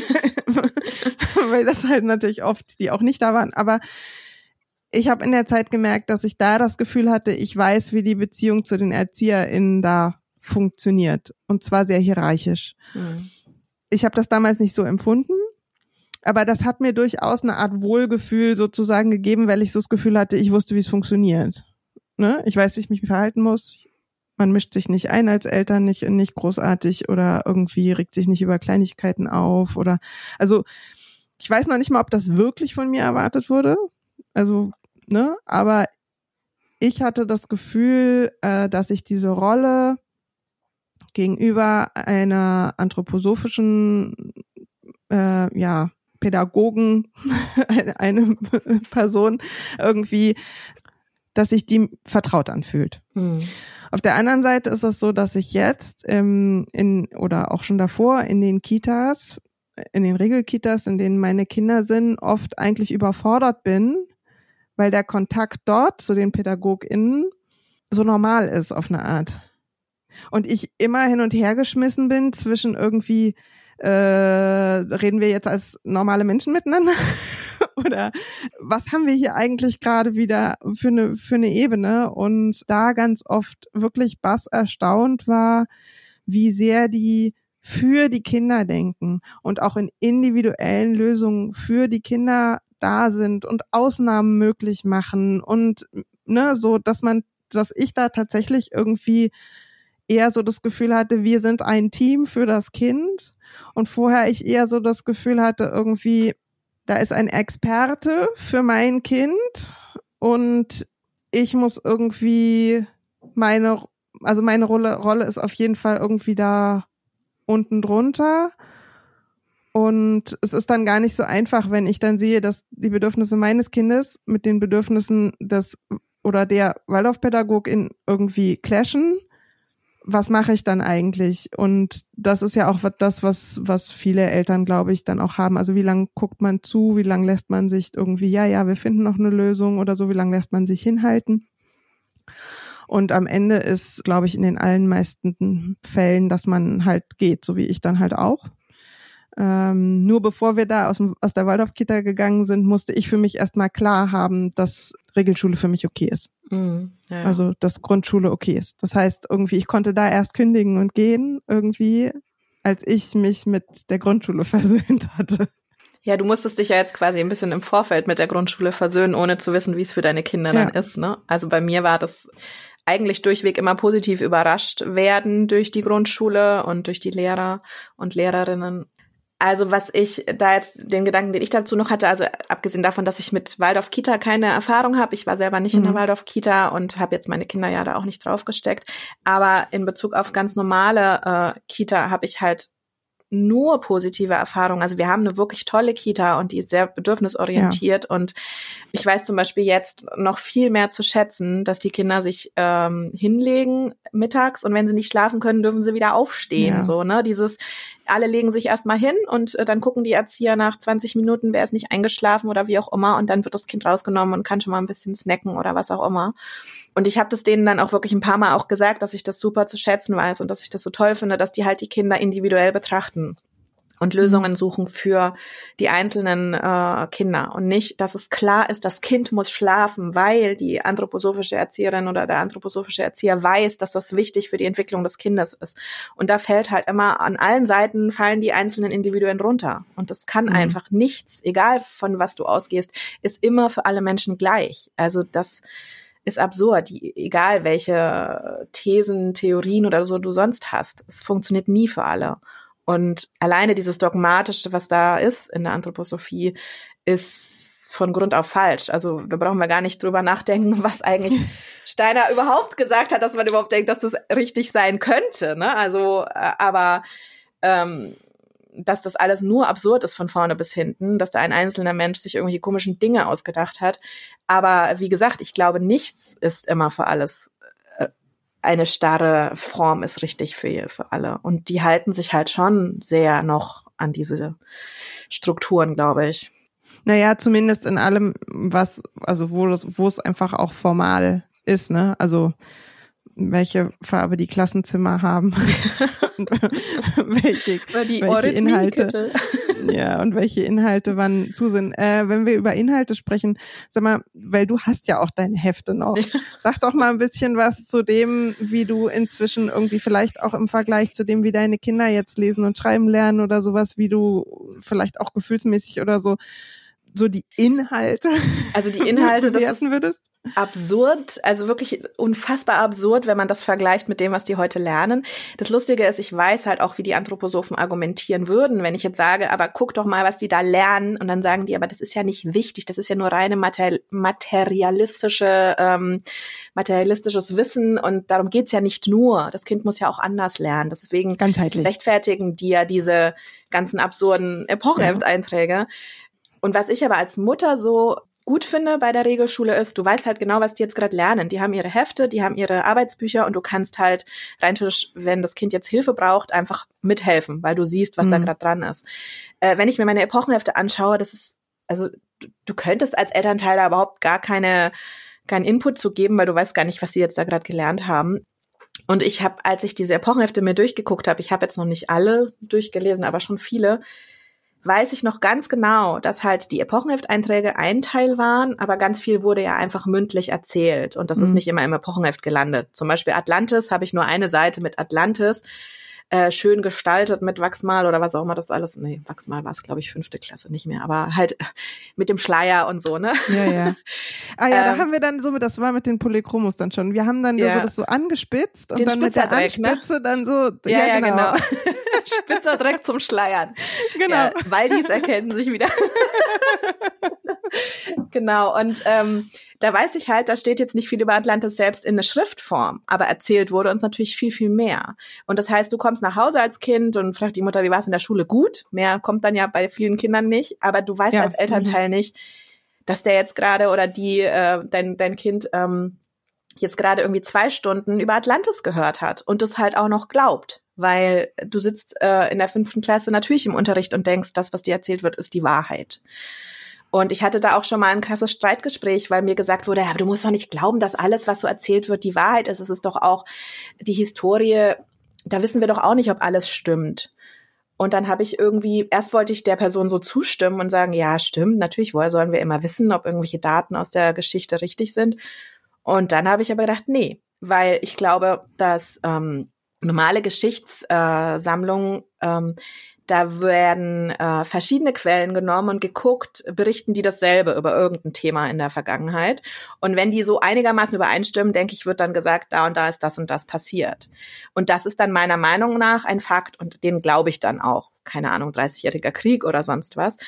weil das halt natürlich oft die auch nicht da waren. Aber ich habe in der Zeit gemerkt, dass ich da das Gefühl hatte, ich weiß, wie die Beziehung zu den ErzieherInnen da funktioniert. Und zwar sehr hierarchisch. Mhm. Ich habe das damals nicht so empfunden, aber das hat mir durchaus eine Art Wohlgefühl sozusagen gegeben, weil ich so das Gefühl hatte, ich wusste, wie es funktioniert. Ne? Ich weiß, wie ich mich verhalten muss. Man mischt sich nicht ein als Eltern, nicht, nicht großartig oder irgendwie regt sich nicht über Kleinigkeiten auf oder, also ich weiß noch nicht mal, ob das wirklich von mir erwartet wurde. Also, ne, aber ich hatte das Gefühl, äh, dass ich diese Rolle gegenüber einer anthroposophischen, äh, ja, Pädagogen, eine, eine Person irgendwie, dass sich die vertraut anfühlt. Hm. Auf der anderen Seite ist es so, dass ich jetzt ähm, in oder auch schon davor in den Kitas, in den Regelkitas, in denen meine Kinder sind, oft eigentlich überfordert bin, weil der Kontakt dort zu den PädagogInnen so normal ist auf eine Art. Und ich immer hin und her geschmissen bin zwischen irgendwie, äh, reden wir jetzt als normale Menschen miteinander? Oder was haben wir hier eigentlich gerade wieder für eine, für eine Ebene? Und da ganz oft wirklich bass erstaunt war, wie sehr die für die Kinder denken und auch in individuellen Lösungen für die Kinder da sind und Ausnahmen möglich machen und ne, so, dass man, dass ich da tatsächlich irgendwie eher so das Gefühl hatte, wir sind ein Team für das Kind und vorher ich eher so das Gefühl hatte, irgendwie, da ist ein Experte für mein Kind und ich muss irgendwie meine, also meine Rolle, Rolle ist auf jeden Fall irgendwie da unten drunter. Und es ist dann gar nicht so einfach, wenn ich dann sehe, dass die Bedürfnisse meines Kindes mit den Bedürfnissen des oder der Waldorfpädagogin irgendwie clashen. Was mache ich dann eigentlich? Und das ist ja auch das, was was viele Eltern, glaube ich, dann auch haben. Also wie lange guckt man zu? Wie lange lässt man sich irgendwie, ja, ja, wir finden noch eine Lösung oder so, wie lange lässt man sich hinhalten? Und am Ende ist, glaube ich, in den allermeisten Fällen, dass man halt geht, so wie ich dann halt auch. Ähm, nur bevor wir da aus, dem, aus der Waldorf-Kita gegangen sind, musste ich für mich erstmal klar haben, dass Regelschule für mich okay ist. Mm, ja, ja. Also, dass Grundschule okay ist. Das heißt, irgendwie, ich konnte da erst kündigen und gehen, irgendwie, als ich mich mit der Grundschule versöhnt hatte. Ja, du musstest dich ja jetzt quasi ein bisschen im Vorfeld mit der Grundschule versöhnen, ohne zu wissen, wie es für deine Kinder ja. dann ist, ne? Also bei mir war das eigentlich durchweg immer positiv überrascht werden durch die Grundschule und durch die Lehrer und Lehrerinnen. Also was ich da jetzt, den Gedanken, den ich dazu noch hatte, also abgesehen davon, dass ich mit Waldorf-Kita keine Erfahrung habe, ich war selber nicht mhm. in der Waldorf-Kita und habe jetzt meine Kinder ja da auch nicht draufgesteckt, aber in Bezug auf ganz normale äh, Kita habe ich halt nur positive Erfahrungen. Also wir haben eine wirklich tolle Kita und die ist sehr bedürfnisorientiert ja. und ich weiß zum Beispiel jetzt noch viel mehr zu schätzen, dass die Kinder sich ähm, hinlegen mittags und wenn sie nicht schlafen können, dürfen sie wieder aufstehen. Ja. So, ne? Dieses, alle legen sich erstmal hin und äh, dann gucken die Erzieher nach zwanzig Minuten, wer ist nicht eingeschlafen oder wie auch immer und dann wird das Kind rausgenommen und kann schon mal ein bisschen snacken oder was auch immer. Und ich habe das denen dann auch wirklich ein paar Mal auch gesagt, dass ich das super zu schätzen weiß und dass ich das so toll finde, dass die halt die Kinder individuell betrachten und Lösungen suchen für die einzelnen äh, Kinder und nicht, dass es klar ist, das Kind muss schlafen, weil die anthroposophische Erzieherin oder der anthroposophische Erzieher weiß, dass das wichtig für die Entwicklung des Kindes ist. Und da fällt halt immer, an allen Seiten fallen die einzelnen Individuen runter. Und das kann mhm. einfach nichts, egal von was du ausgehst, ist immer für alle Menschen gleich. Also das ist absurd, egal welche Thesen, Theorien oder so du sonst hast. Es funktioniert nie für alle. Und alleine dieses Dogmatische, was da ist in der Anthroposophie, ist von Grund auf falsch. Also da brauchen wir gar nicht drüber nachdenken, was eigentlich Steiner überhaupt gesagt hat, dass man überhaupt denkt, dass das richtig sein könnte. Ne? Also, äh, aber ähm, dass das alles nur absurd ist von vorne bis hinten, dass da ein einzelner Mensch sich irgendwelche komischen Dinge ausgedacht hat. Aber wie gesagt, ich glaube, nichts ist immer für alles. Eine starre Form ist richtig für, für alle. Und die halten sich halt schon sehr noch an diese Strukturen, glaube ich. Naja, zumindest in allem, was, also wo das, wo es einfach auch formal ist, ne? Also welche Farbe die Klassenzimmer haben und welche, die welche Inhalte. Ja, und welche Inhalte wann zu sind. Äh, wenn wir über Inhalte sprechen, sag mal, weil du hast ja auch deine Hefte noch. Sag doch mal ein bisschen was zu dem, wie du inzwischen irgendwie vielleicht auch im Vergleich zu dem, wie deine Kinder jetzt lesen und schreiben lernen oder sowas, wie du vielleicht auch gefühlsmäßig oder so, so die Inhalte. Also die Inhalte, das ist würdest. absurd, also wirklich unfassbar absurd, wenn man das vergleicht mit dem, was die heute lernen. Das Lustige ist, ich weiß halt auch, wie die Anthroposophen argumentieren würden, wenn ich jetzt sage, aber guck doch mal, was die da lernen. Und dann sagen die, aber das ist ja nicht wichtig, das ist ja nur reine mater- materialistische, ähm, materialistisches Wissen und darum geht's ja nicht nur. Das Kind muss ja auch anders lernen. Deswegen ganzheitlich rechtfertigen die ja diese ganzen absurden Epochenhefteinträge. Ja. Und was ich aber als Mutter so gut finde bei der Regelschule ist, du weißt halt genau, was die jetzt gerade lernen. Die haben ihre Hefte, die haben ihre Arbeitsbücher und du kannst halt rein theoretisch, wenn das Kind jetzt Hilfe braucht, einfach mithelfen, weil du siehst, was mhm. da gerade dran ist. Äh, wenn ich mir meine Epochenhefte anschaue, das ist, also du, du könntest als Elternteil da überhaupt gar keine, keinen Input zu geben, weil du weißt gar nicht, was sie jetzt da gerade gelernt haben. Und ich habe, als ich diese Epochenhefte mir durchgeguckt habe, ich habe jetzt noch nicht alle durchgelesen, aber schon viele, weiß ich noch ganz genau, dass halt die Epochenhefteinträge ein Teil waren, aber ganz viel wurde ja einfach mündlich erzählt und das mhm. ist nicht immer im Epochenheft gelandet. Zum Beispiel Atlantis habe ich nur eine Seite mit Atlantis, äh, schön gestaltet mit Wachsmal oder was auch immer das alles, nee, Wachsmal war es, glaube ich, fünfte Klasse, nicht mehr, aber halt mit dem Schleier und so, ne? Ja, ja. Ah ja, ähm, da haben wir dann so, das war mit den Polychromos dann schon, wir haben dann ja. so das so angespitzt und den dann mit der Anspitze ne? dann so, ja, ja, genau. genau. Spitzer Dreck zum Schleiern. Genau. Ja, Waldis erkennen sich wieder. Genau, und ähm, da weiß ich halt, da steht jetzt nicht viel über Atlantis selbst in der Schriftform, aber erzählt wurde uns natürlich viel, viel mehr. Und das heißt, du kommst nach Hause als Kind und fragst die Mutter, wie war es in der Schule? Gut, mehr kommt dann ja bei vielen Kindern nicht, aber du weißt ja. als Elternteil mhm. nicht, dass der jetzt gerade oder die, äh, dein, dein Kind ähm, jetzt gerade irgendwie zwei Stunden über Atlantis gehört hat und das halt auch noch glaubt. Weil du sitzt äh, in der fünften Klasse natürlich im Unterricht und denkst, das, was dir erzählt wird, ist die Wahrheit. Und ich hatte da auch schon mal ein krasses Streitgespräch, weil mir gesagt wurde, ja, aber du musst doch nicht glauben, dass alles, was so erzählt wird, die Wahrheit ist. Es ist doch auch die Historie, da wissen wir doch auch nicht, ob alles stimmt. Und dann habe ich irgendwie, erst wollte ich der Person so zustimmen und sagen, ja, stimmt, natürlich, woher sollen wir immer wissen, ob irgendwelche Daten aus der Geschichte richtig sind. Und dann habe ich aber gedacht, nee, weil ich glaube, dass ähm, normale Geschichtssammlungen, äh, ähm, da werden äh, verschiedene Quellen genommen und geguckt, berichten die dasselbe über irgendein Thema in der Vergangenheit. Und wenn die so einigermaßen übereinstimmen, denke ich, wird dann gesagt, da und da ist das und das passiert. Und das ist dann meiner Meinung nach ein Fakt und den glaube ich dann auch. Keine Ahnung, dreißigjähriger Krieg oder sonst was.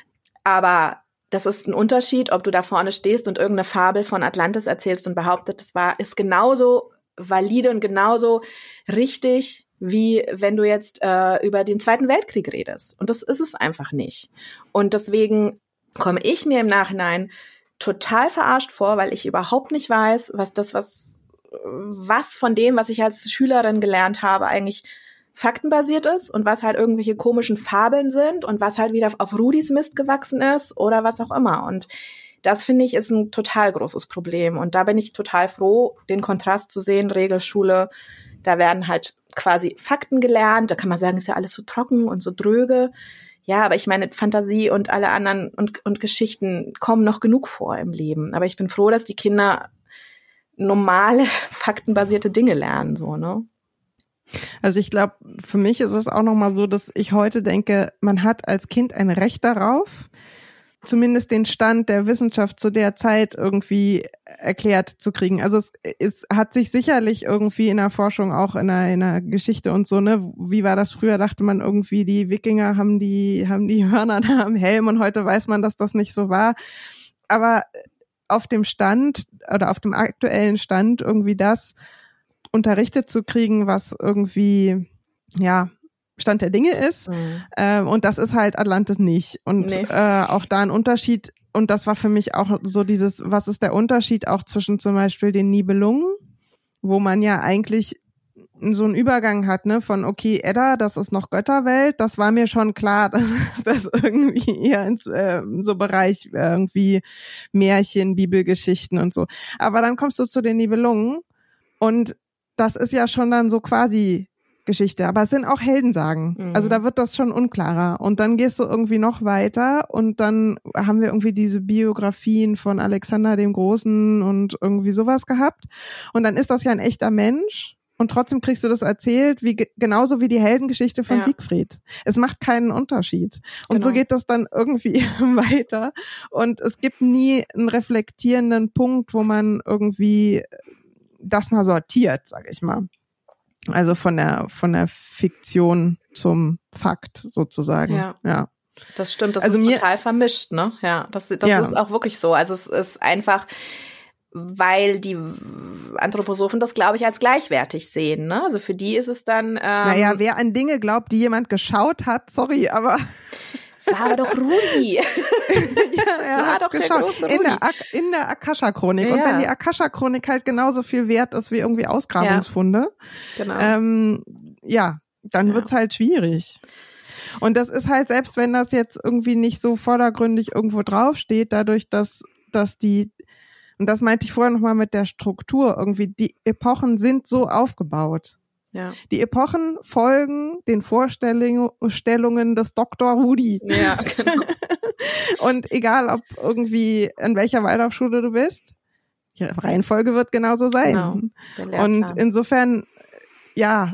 Aber das ist ein Unterschied, ob du da vorne stehst und irgendeine Fabel von Atlantis erzählst und behauptet, das war, ist genauso valide und genauso richtig, wie wenn du jetzt äh, über den Zweiten Weltkrieg redest. Und das ist es einfach nicht. Und deswegen komme ich mir im Nachhinein total verarscht vor, weil ich überhaupt nicht weiß, was das, was, was von dem, was ich als Schülerin gelernt habe, eigentlich faktenbasiert ist und was halt irgendwelche komischen Fabeln sind und was halt wieder auf Rudis Mist gewachsen ist oder was auch immer. Und das, finde ich, ist ein total großes Problem. Und da bin ich total froh, den Kontrast zu sehen, Regelschule, da werden halt quasi Fakten gelernt. Da kann man sagen, ist ja alles so trocken und so dröge. Ja, aber ich meine, Fantasie und alle anderen und, und Geschichten kommen noch genug vor im Leben. Aber ich bin froh, dass die Kinder normale, faktenbasierte Dinge lernen, so, ne? Also ich glaube, für mich ist es auch nochmal so, dass ich heute denke, man hat als Kind ein Recht darauf, zumindest den Stand der Wissenschaft zu der Zeit irgendwie erklärt zu kriegen. Also es, es hat sich sicherlich irgendwie in der Forschung, auch in der, in der Geschichte und so, ne, wie war das früher, dachte man irgendwie, die Wikinger haben die, haben die Hörner da am Helm und heute weiß man, dass das nicht so war. Aber auf dem Stand oder auf dem aktuellen Stand irgendwie das unterrichtet zu kriegen, was irgendwie, ja, Stand der Dinge ist. Mhm. Ähm, und das ist halt Atlantis nicht. Und nee. äh, auch da ein Unterschied. Und das war für mich auch so dieses, was ist der Unterschied auch zwischen zum Beispiel den Nibelungen, wo man ja eigentlich so einen Übergang hat, ne, von okay, Edda, das ist noch Götterwelt, das war mir schon klar, dass das irgendwie eher ins äh, so Bereich irgendwie Märchen, Bibelgeschichten und so. Aber dann kommst du zu den Nibelungen und das ist ja schon dann so quasi Geschichte, aber es sind auch Heldensagen. Mhm. Also da wird das schon unklarer. Und dann gehst du irgendwie noch weiter und dann haben wir irgendwie diese Biografien von Alexander dem Großen und irgendwie sowas gehabt. Und dann ist das ja ein echter Mensch und trotzdem kriegst du das erzählt, wie genauso wie die Heldengeschichte von ja. Siegfried. Es macht keinen Unterschied. Und genau. so geht das dann irgendwie weiter. Und es gibt nie einen reflektierenden Punkt, wo man irgendwie das mal sortiert, sag ich mal. Also von der von der Fiktion zum Fakt sozusagen. Ja, ja. Das stimmt. Das also ist mir, total vermischt, ne? Ja, das, das ja. ist auch wirklich so. Also es ist einfach, weil die Anthroposophen das, glaube ich, als gleichwertig sehen, ne? Also für die ist es dann. Ähm, naja, wer an Dinge glaubt, die jemand geschaut hat, sorry, aber. Es war aber doch Rudi. ja, er hat doch geschaut. Der große Rudi. In der, Ak- in der Akasha-Chronik. Ja. Und wenn die Akasha-Chronik halt genauso viel wert ist wie irgendwie Ausgrabungsfunde, ja, genau. ähm, ja dann ja. wird's halt schwierig. Und das ist halt, selbst wenn das jetzt irgendwie nicht so vordergründig irgendwo draufsteht, dadurch, dass, dass die, und das meinte ich vorher nochmal mit der Struktur, irgendwie die Epochen sind so aufgebaut. Ja. Die Epochen folgen den Vorstellungen des Doktor Rudi. Ja, genau. Und egal, ob irgendwie in welcher Waldorfschule du bist, die Reihenfolge wird genauso sein. Genau. Und insofern, ja,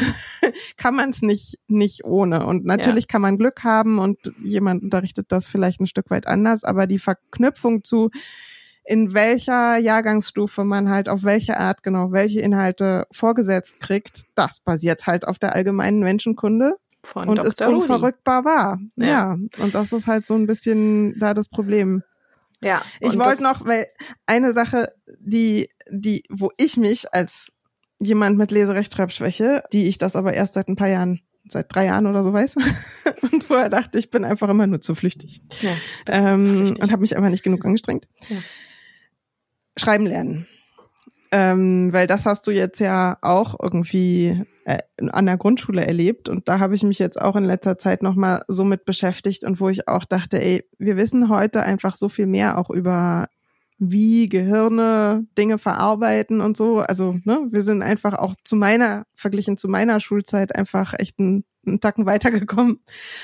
kann man es nicht nicht ohne. Und natürlich ja. kann man Glück haben und jemand unterrichtet das vielleicht ein Stück weit anders, aber die Verknüpfung zu in welcher Jahrgangsstufe man halt auf welche Art genau welche Inhalte vorgesetzt kriegt, das basiert halt auf der allgemeinen Menschenkunde von und Doktor ist unverrückbar wahr. Ja. ja, und das ist halt so ein bisschen da das Problem. Ja. Ich wollte noch, weil eine Sache, die, die, wo ich mich als jemand mit Leserechtschreibschwäche, die ich das aber erst seit ein paar Jahren, seit drei Jahren oder so weiß, und vorher dachte, ich bin einfach immer nur zu flüchtig. Ja, ähm, zu flüchtig. Und habe mich einfach nicht genug angestrengt. Ja. Schreiben lernen. Ähm, weil das hast du jetzt ja auch irgendwie äh, an der Grundschule erlebt und da habe ich mich jetzt auch in letzter Zeit nochmal so mit beschäftigt und wo ich auch dachte, ey, wir wissen heute einfach so viel mehr auch über wie Gehirne Dinge verarbeiten und so. Also ne, wir sind einfach auch zu meiner, verglichen zu meiner Schulzeit einfach echt einen, einen Tacken weitergekommen.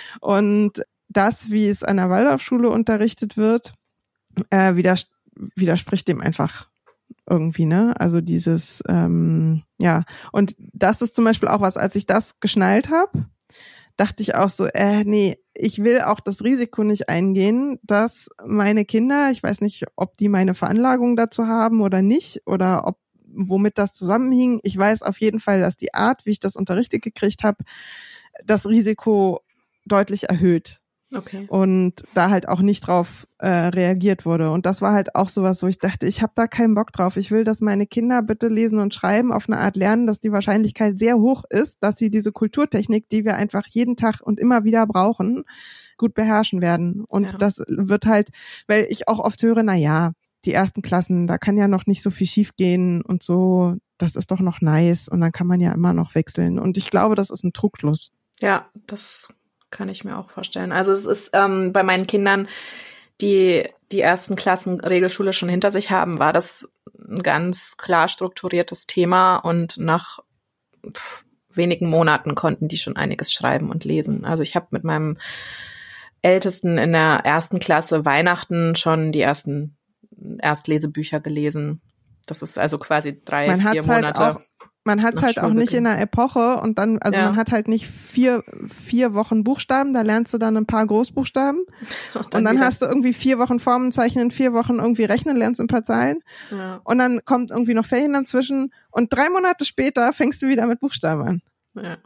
Und das, wie es an der Waldorfschule unterrichtet wird, äh, widers- widerspricht dem einfach irgendwie, ne? Also dieses, ähm, ja. Und das ist zum Beispiel auch was, als ich das geschnallt habe, dachte ich auch so, äh, nee, ich will auch das Risiko nicht eingehen, dass meine Kinder, ich weiß nicht, ob die meine Veranlagung dazu haben oder nicht, oder ob womit das zusammenhing. Ich weiß auf jeden Fall, dass die Art, wie ich das unterrichtet gekriegt habe, das Risiko deutlich erhöht. Okay. Und da halt auch nicht drauf äh, reagiert wurde. Und das war halt auch sowas, wo ich dachte, ich habe da keinen Bock drauf. Ich will, dass meine Kinder bitte lesen und schreiben auf eine Art lernen, dass die Wahrscheinlichkeit sehr hoch ist, dass sie diese Kulturtechnik, die wir einfach jeden Tag und immer wieder brauchen, gut beherrschen werden. Und ja. das wird halt, weil ich auch oft höre, na ja, die ersten Klassen, da kann ja noch nicht so viel schief gehen und so, das ist doch noch nice und dann kann man ja immer noch wechseln. Und ich glaube, das ist ein Trugschluss. Ja, das kann ich mir auch vorstellen. Also es ist ähm, bei meinen Kindern, die die ersten Klassen Regelschule schon hinter sich haben, war das ein ganz klar strukturiertes Thema und nach pff, wenigen Monaten konnten die schon einiges schreiben und lesen. Also ich habe mit meinem Ältesten in der ersten Klasse Weihnachten schon die ersten Erstlesebücher gelesen. Das ist also quasi drei, Man vier Monate. Halt auch Man hat es halt auch nicht in der Epoche und dann, also ja. man hat halt nicht vier, vier Wochen Buchstaben, da lernst du dann ein paar Großbuchstaben und dann, und dann hast du irgendwie vier Wochen Formen zeichnen, vier Wochen irgendwie rechnen, lernst ein paar Zeilen ja. und dann kommt irgendwie noch Ferien dazwischen und drei Monate später fängst du wieder mit Buchstaben an. Ja.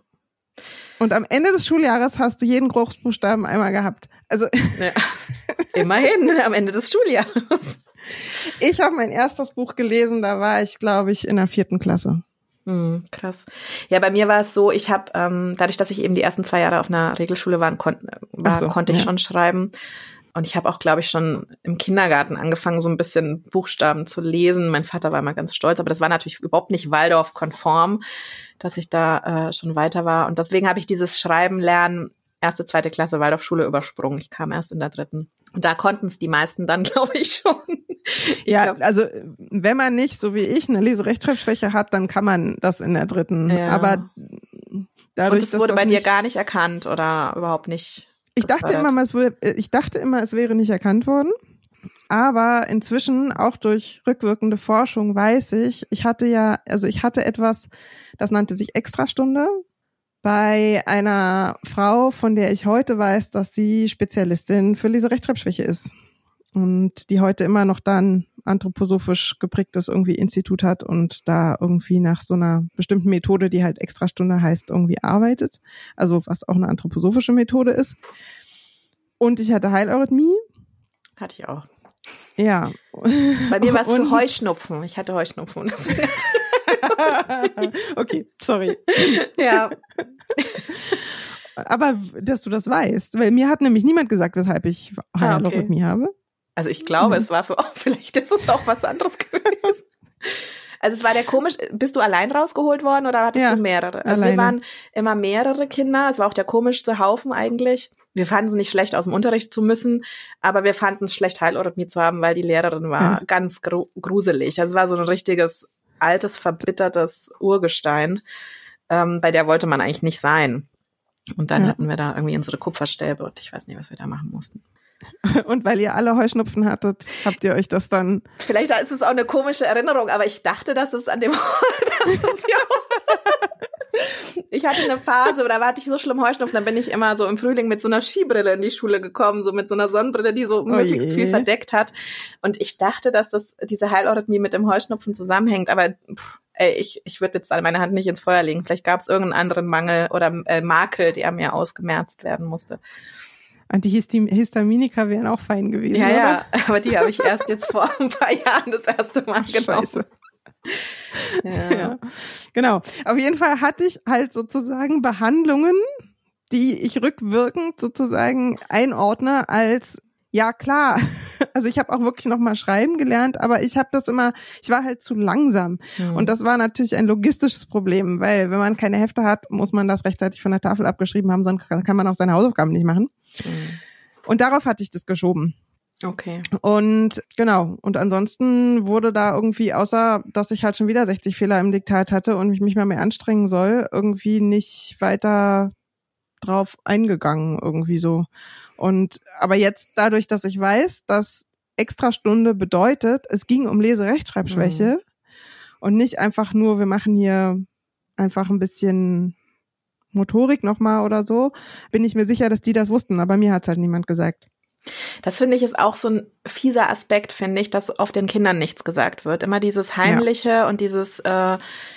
Und am Ende des Schuljahres hast du jeden Großbuchstaben einmal gehabt. Also ja. Immerhin, am Ende des Schuljahres. Ich habe mein erstes Buch gelesen, da war ich, glaube ich, in der vierten Klasse. Hm, krass. Ja, bei mir war es so, ich habe, ähm, dadurch, dass ich eben die ersten zwei Jahre auf einer Regelschule war, kon- war so, konnte ich ja. schon schreiben. Und ich habe auch, glaube ich, schon im Kindergarten angefangen, so ein bisschen Buchstaben zu lesen. Mein Vater war immer ganz stolz, aber das war natürlich überhaupt nicht Waldorf-konform, dass ich da äh, schon weiter war. Und deswegen habe ich dieses Schreiben lernen, erste, zweite Klasse Waldorfschule übersprungen. Ich kam erst in der dritten. Und da konnten es die meisten dann, glaube ich, schon. Ich ja, glaub, also wenn man nicht, so wie ich, eine Leserechtschreibschwäche hat, dann kann man das in der dritten. Ja. Aber dadurch, und es dass wurde das bei dir nicht, gar nicht erkannt oder überhaupt nicht ich dachte gefördert? immer, es wurde, ich dachte immer, es wäre nicht erkannt worden. Aber inzwischen, auch durch rückwirkende Forschung, weiß ich, ich hatte ja, also ich hatte etwas, das nannte sich Extrastunde, bei einer Frau, von der ich heute weiß, dass sie Spezialistin für Leserechtschreibschwäche ist. Und die heute immer noch dann anthroposophisch geprägtes irgendwie Institut hat und da irgendwie nach so einer bestimmten Methode, die halt Extrastunde heißt, irgendwie arbeitet. Also was auch eine anthroposophische Methode ist. Und ich hatte Heileurythmie. Hatte ich auch. Ja. Bei mir war es für Und- Heuschnupfen. Ich hatte Heuschnupfen. Okay, sorry. Ja. Aber dass du das weißt, weil mir hat nämlich niemand gesagt, weshalb ich Ah, okay. Heileurythmie habe. Also ich glaube, Mhm. es war für, oh, vielleicht ist es auch was anderes gewesen. Also es war der komisch, bist du allein rausgeholt worden oder hattest Ja, du mehrere? Also alleine. wir waren immer mehrere Kinder, es war auch der komischste Haufen eigentlich. Wir fanden es nicht schlecht, aus dem Unterricht zu müssen, aber wir fanden es schlecht, Heileurythmie zu haben, weil die Lehrerin war Ja. ganz gru- gruselig. Also es war so ein richtiges, altes, verbittertes Urgestein, ähm, bei der wollte man eigentlich nicht sein. Und dann Ja. hatten wir da irgendwie unsere Kupferstäbe und ich weiß nicht, was wir da machen mussten. Und weil ihr alle Heuschnupfen hattet, habt ihr euch das dann... Vielleicht ist es auch eine komische Erinnerung, aber ich dachte, dass es an dem dass es ja Ich hatte eine Phase, da hatte ich so schlimm Heuschnupfen, dann bin ich immer so im Frühling mit so einer Skibrille in die Schule gekommen, so mit so einer Sonnenbrille, die so möglichst je. viel verdeckt hat. Und ich dachte, dass das diese Heileurythmie mit dem Heuschnupfen zusammenhängt, aber pff, ey, ich, ich würde jetzt meine Hand nicht ins Feuer legen. Vielleicht gab es irgendeinen anderen Mangel oder äh, Makel, der mir ausgemerzt werden musste. Antihistaminika wären auch fein gewesen, Ja, oder? ja, aber die habe ich erst jetzt vor ein paar Jahren das erste Mal genommen. Scheiße. Ja. Ja, genau. Auf jeden Fall hatte ich halt sozusagen Behandlungen, die ich rückwirkend sozusagen einordne als, ja klar, also ich habe auch wirklich nochmal schreiben gelernt, aber ich habe das immer, ich war halt zu langsam. Hm. Und das war natürlich ein logistisches Problem, weil wenn man keine Hefte hat, muss man das rechtzeitig von der Tafel abgeschrieben haben, sonst kann man auch seine Hausaufgaben nicht machen. Hm. Und darauf hatte ich das geschoben. Okay. Und genau, und ansonsten wurde da irgendwie, außer dass ich halt schon wieder sechzig Fehler im Diktat hatte und mich, mich mal mehr anstrengen soll, irgendwie nicht weiter drauf eingegangen, irgendwie so. Und aber jetzt dadurch, dass ich weiß, dass Extrastunde bedeutet, es ging um Leserechtschreibschwäche mhm. und nicht einfach nur, wir machen hier einfach ein bisschen Motorik nochmal oder so, bin ich mir sicher, dass die das wussten, aber mir hat's halt niemand gesagt. Das finde ich ist auch so ein fieser Aspekt, finde ich, dass oft den Kindern nichts gesagt wird. Immer dieses Heimliche ja. und dieses äh,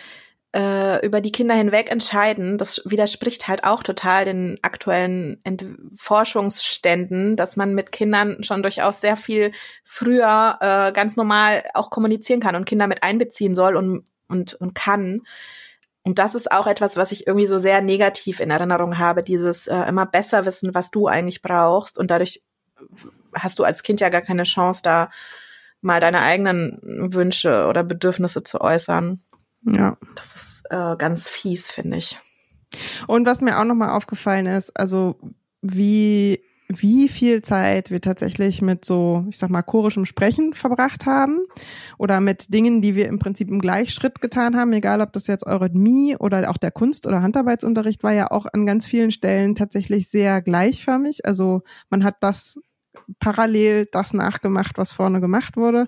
äh, über die Kinder hinweg entscheiden, das widerspricht halt auch total den aktuellen Ent- Forschungsständen, dass man mit Kindern schon durchaus sehr viel früher äh, ganz normal auch kommunizieren kann und Kinder mit einbeziehen soll und, und, und kann. Und das ist auch etwas, was ich irgendwie so sehr negativ in Erinnerung habe, dieses äh, immer besser wissen, was du eigentlich brauchst und dadurch hast du als Kind ja gar keine Chance, da mal deine eigenen Wünsche oder Bedürfnisse zu äußern. Ja. Das ist äh, ganz fies, finde ich. Und was mir auch nochmal aufgefallen ist, also wie, wie viel Zeit wir tatsächlich mit so, ich sag mal, chorischem Sprechen verbracht haben oder mit Dingen, die wir im Prinzip im Gleichschritt getan haben, egal ob das jetzt Eurythmie oder auch der Kunst- oder Handarbeitsunterricht war ja auch an ganz vielen Stellen tatsächlich sehr gleichförmig. Also man hat das parallel das nachgemacht, was vorne gemacht wurde.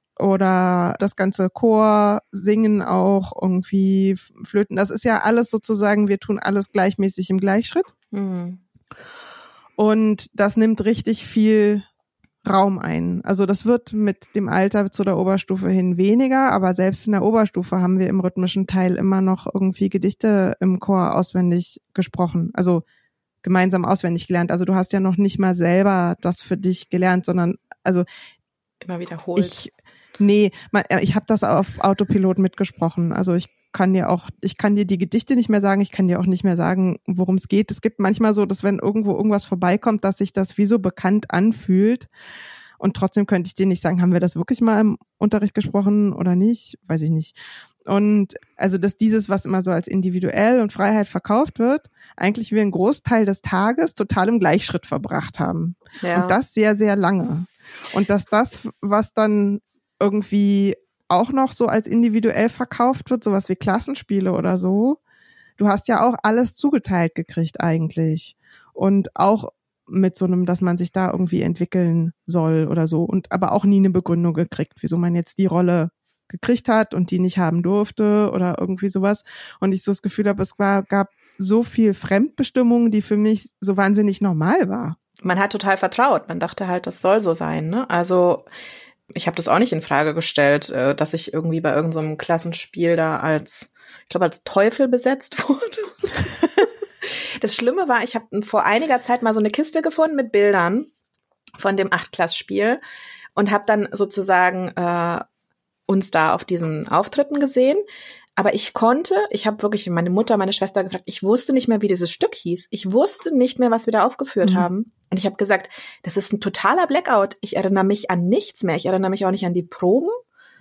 Oder das ganze Chor, Singen auch, irgendwie Flöten. Das ist ja alles sozusagen, wir tun alles gleichmäßig im Gleichschritt. Mhm. Und das nimmt richtig viel Raum ein. Also das wird mit dem Alter zu der Oberstufe hin weniger, aber selbst in der Oberstufe haben wir im rhythmischen Teil immer noch irgendwie Gedichte im Chor auswendig gesprochen. Also gemeinsam auswendig gelernt. Also du hast ja noch nicht mal selber das für dich gelernt, sondern also immer wiederholt. Ich, nee, man, ich habe das auf Autopilot mitgesprochen. Also ich kann dir auch, ich kann dir die Gedichte nicht mehr sagen, ich kann dir auch nicht mehr sagen, worum es geht. Es gibt manchmal so, dass wenn irgendwo irgendwas vorbeikommt, dass sich das wie so bekannt anfühlt. Und trotzdem könnte ich dir nicht sagen, haben wir das wirklich mal im Unterricht gesprochen oder nicht? Weiß ich nicht. Und also, dass dieses, was immer so als individuell und Freiheit verkauft wird, eigentlich wir einen Großteil des Tages total im Gleichschritt verbracht haben. Ja. Und das sehr, sehr lange. Und dass das, was dann irgendwie auch noch so als individuell verkauft wird, sowas wie Klassenspiele oder so, du hast ja auch alles zugeteilt gekriegt eigentlich. Und auch mit so einem, dass man sich da irgendwie entwickeln soll oder so. Und aber auch nie eine Begründung gekriegt, wieso man jetzt die Rolle gekriegt hat und die nicht haben durfte oder irgendwie sowas. Und ich so das Gefühl habe, es war, gab so viel Fremdbestimmung, die für mich so wahnsinnig normal war. Man hat total vertraut. Man dachte halt, das soll so sein, ne? Also ich habe das auch nicht in Frage gestellt, dass ich irgendwie bei irgendeinem so Klassenspiel da als, ich glaube, als Teufel besetzt wurde. Das Schlimme war, ich habe vor einiger Zeit mal so eine Kiste gefunden mit Bildern von dem Achtklassspiel und habe dann sozusagen äh, uns da auf diesen Auftritten gesehen. Aber ich konnte, ich habe wirklich meine Mutter, meine Schwester gefragt, ich wusste nicht mehr, wie dieses Stück hieß. Ich wusste nicht mehr, was wir da aufgeführt mhm. haben. Und ich habe gesagt, das ist ein totaler Blackout. Ich erinnere mich an nichts mehr. Ich erinnere mich auch nicht an die Proben.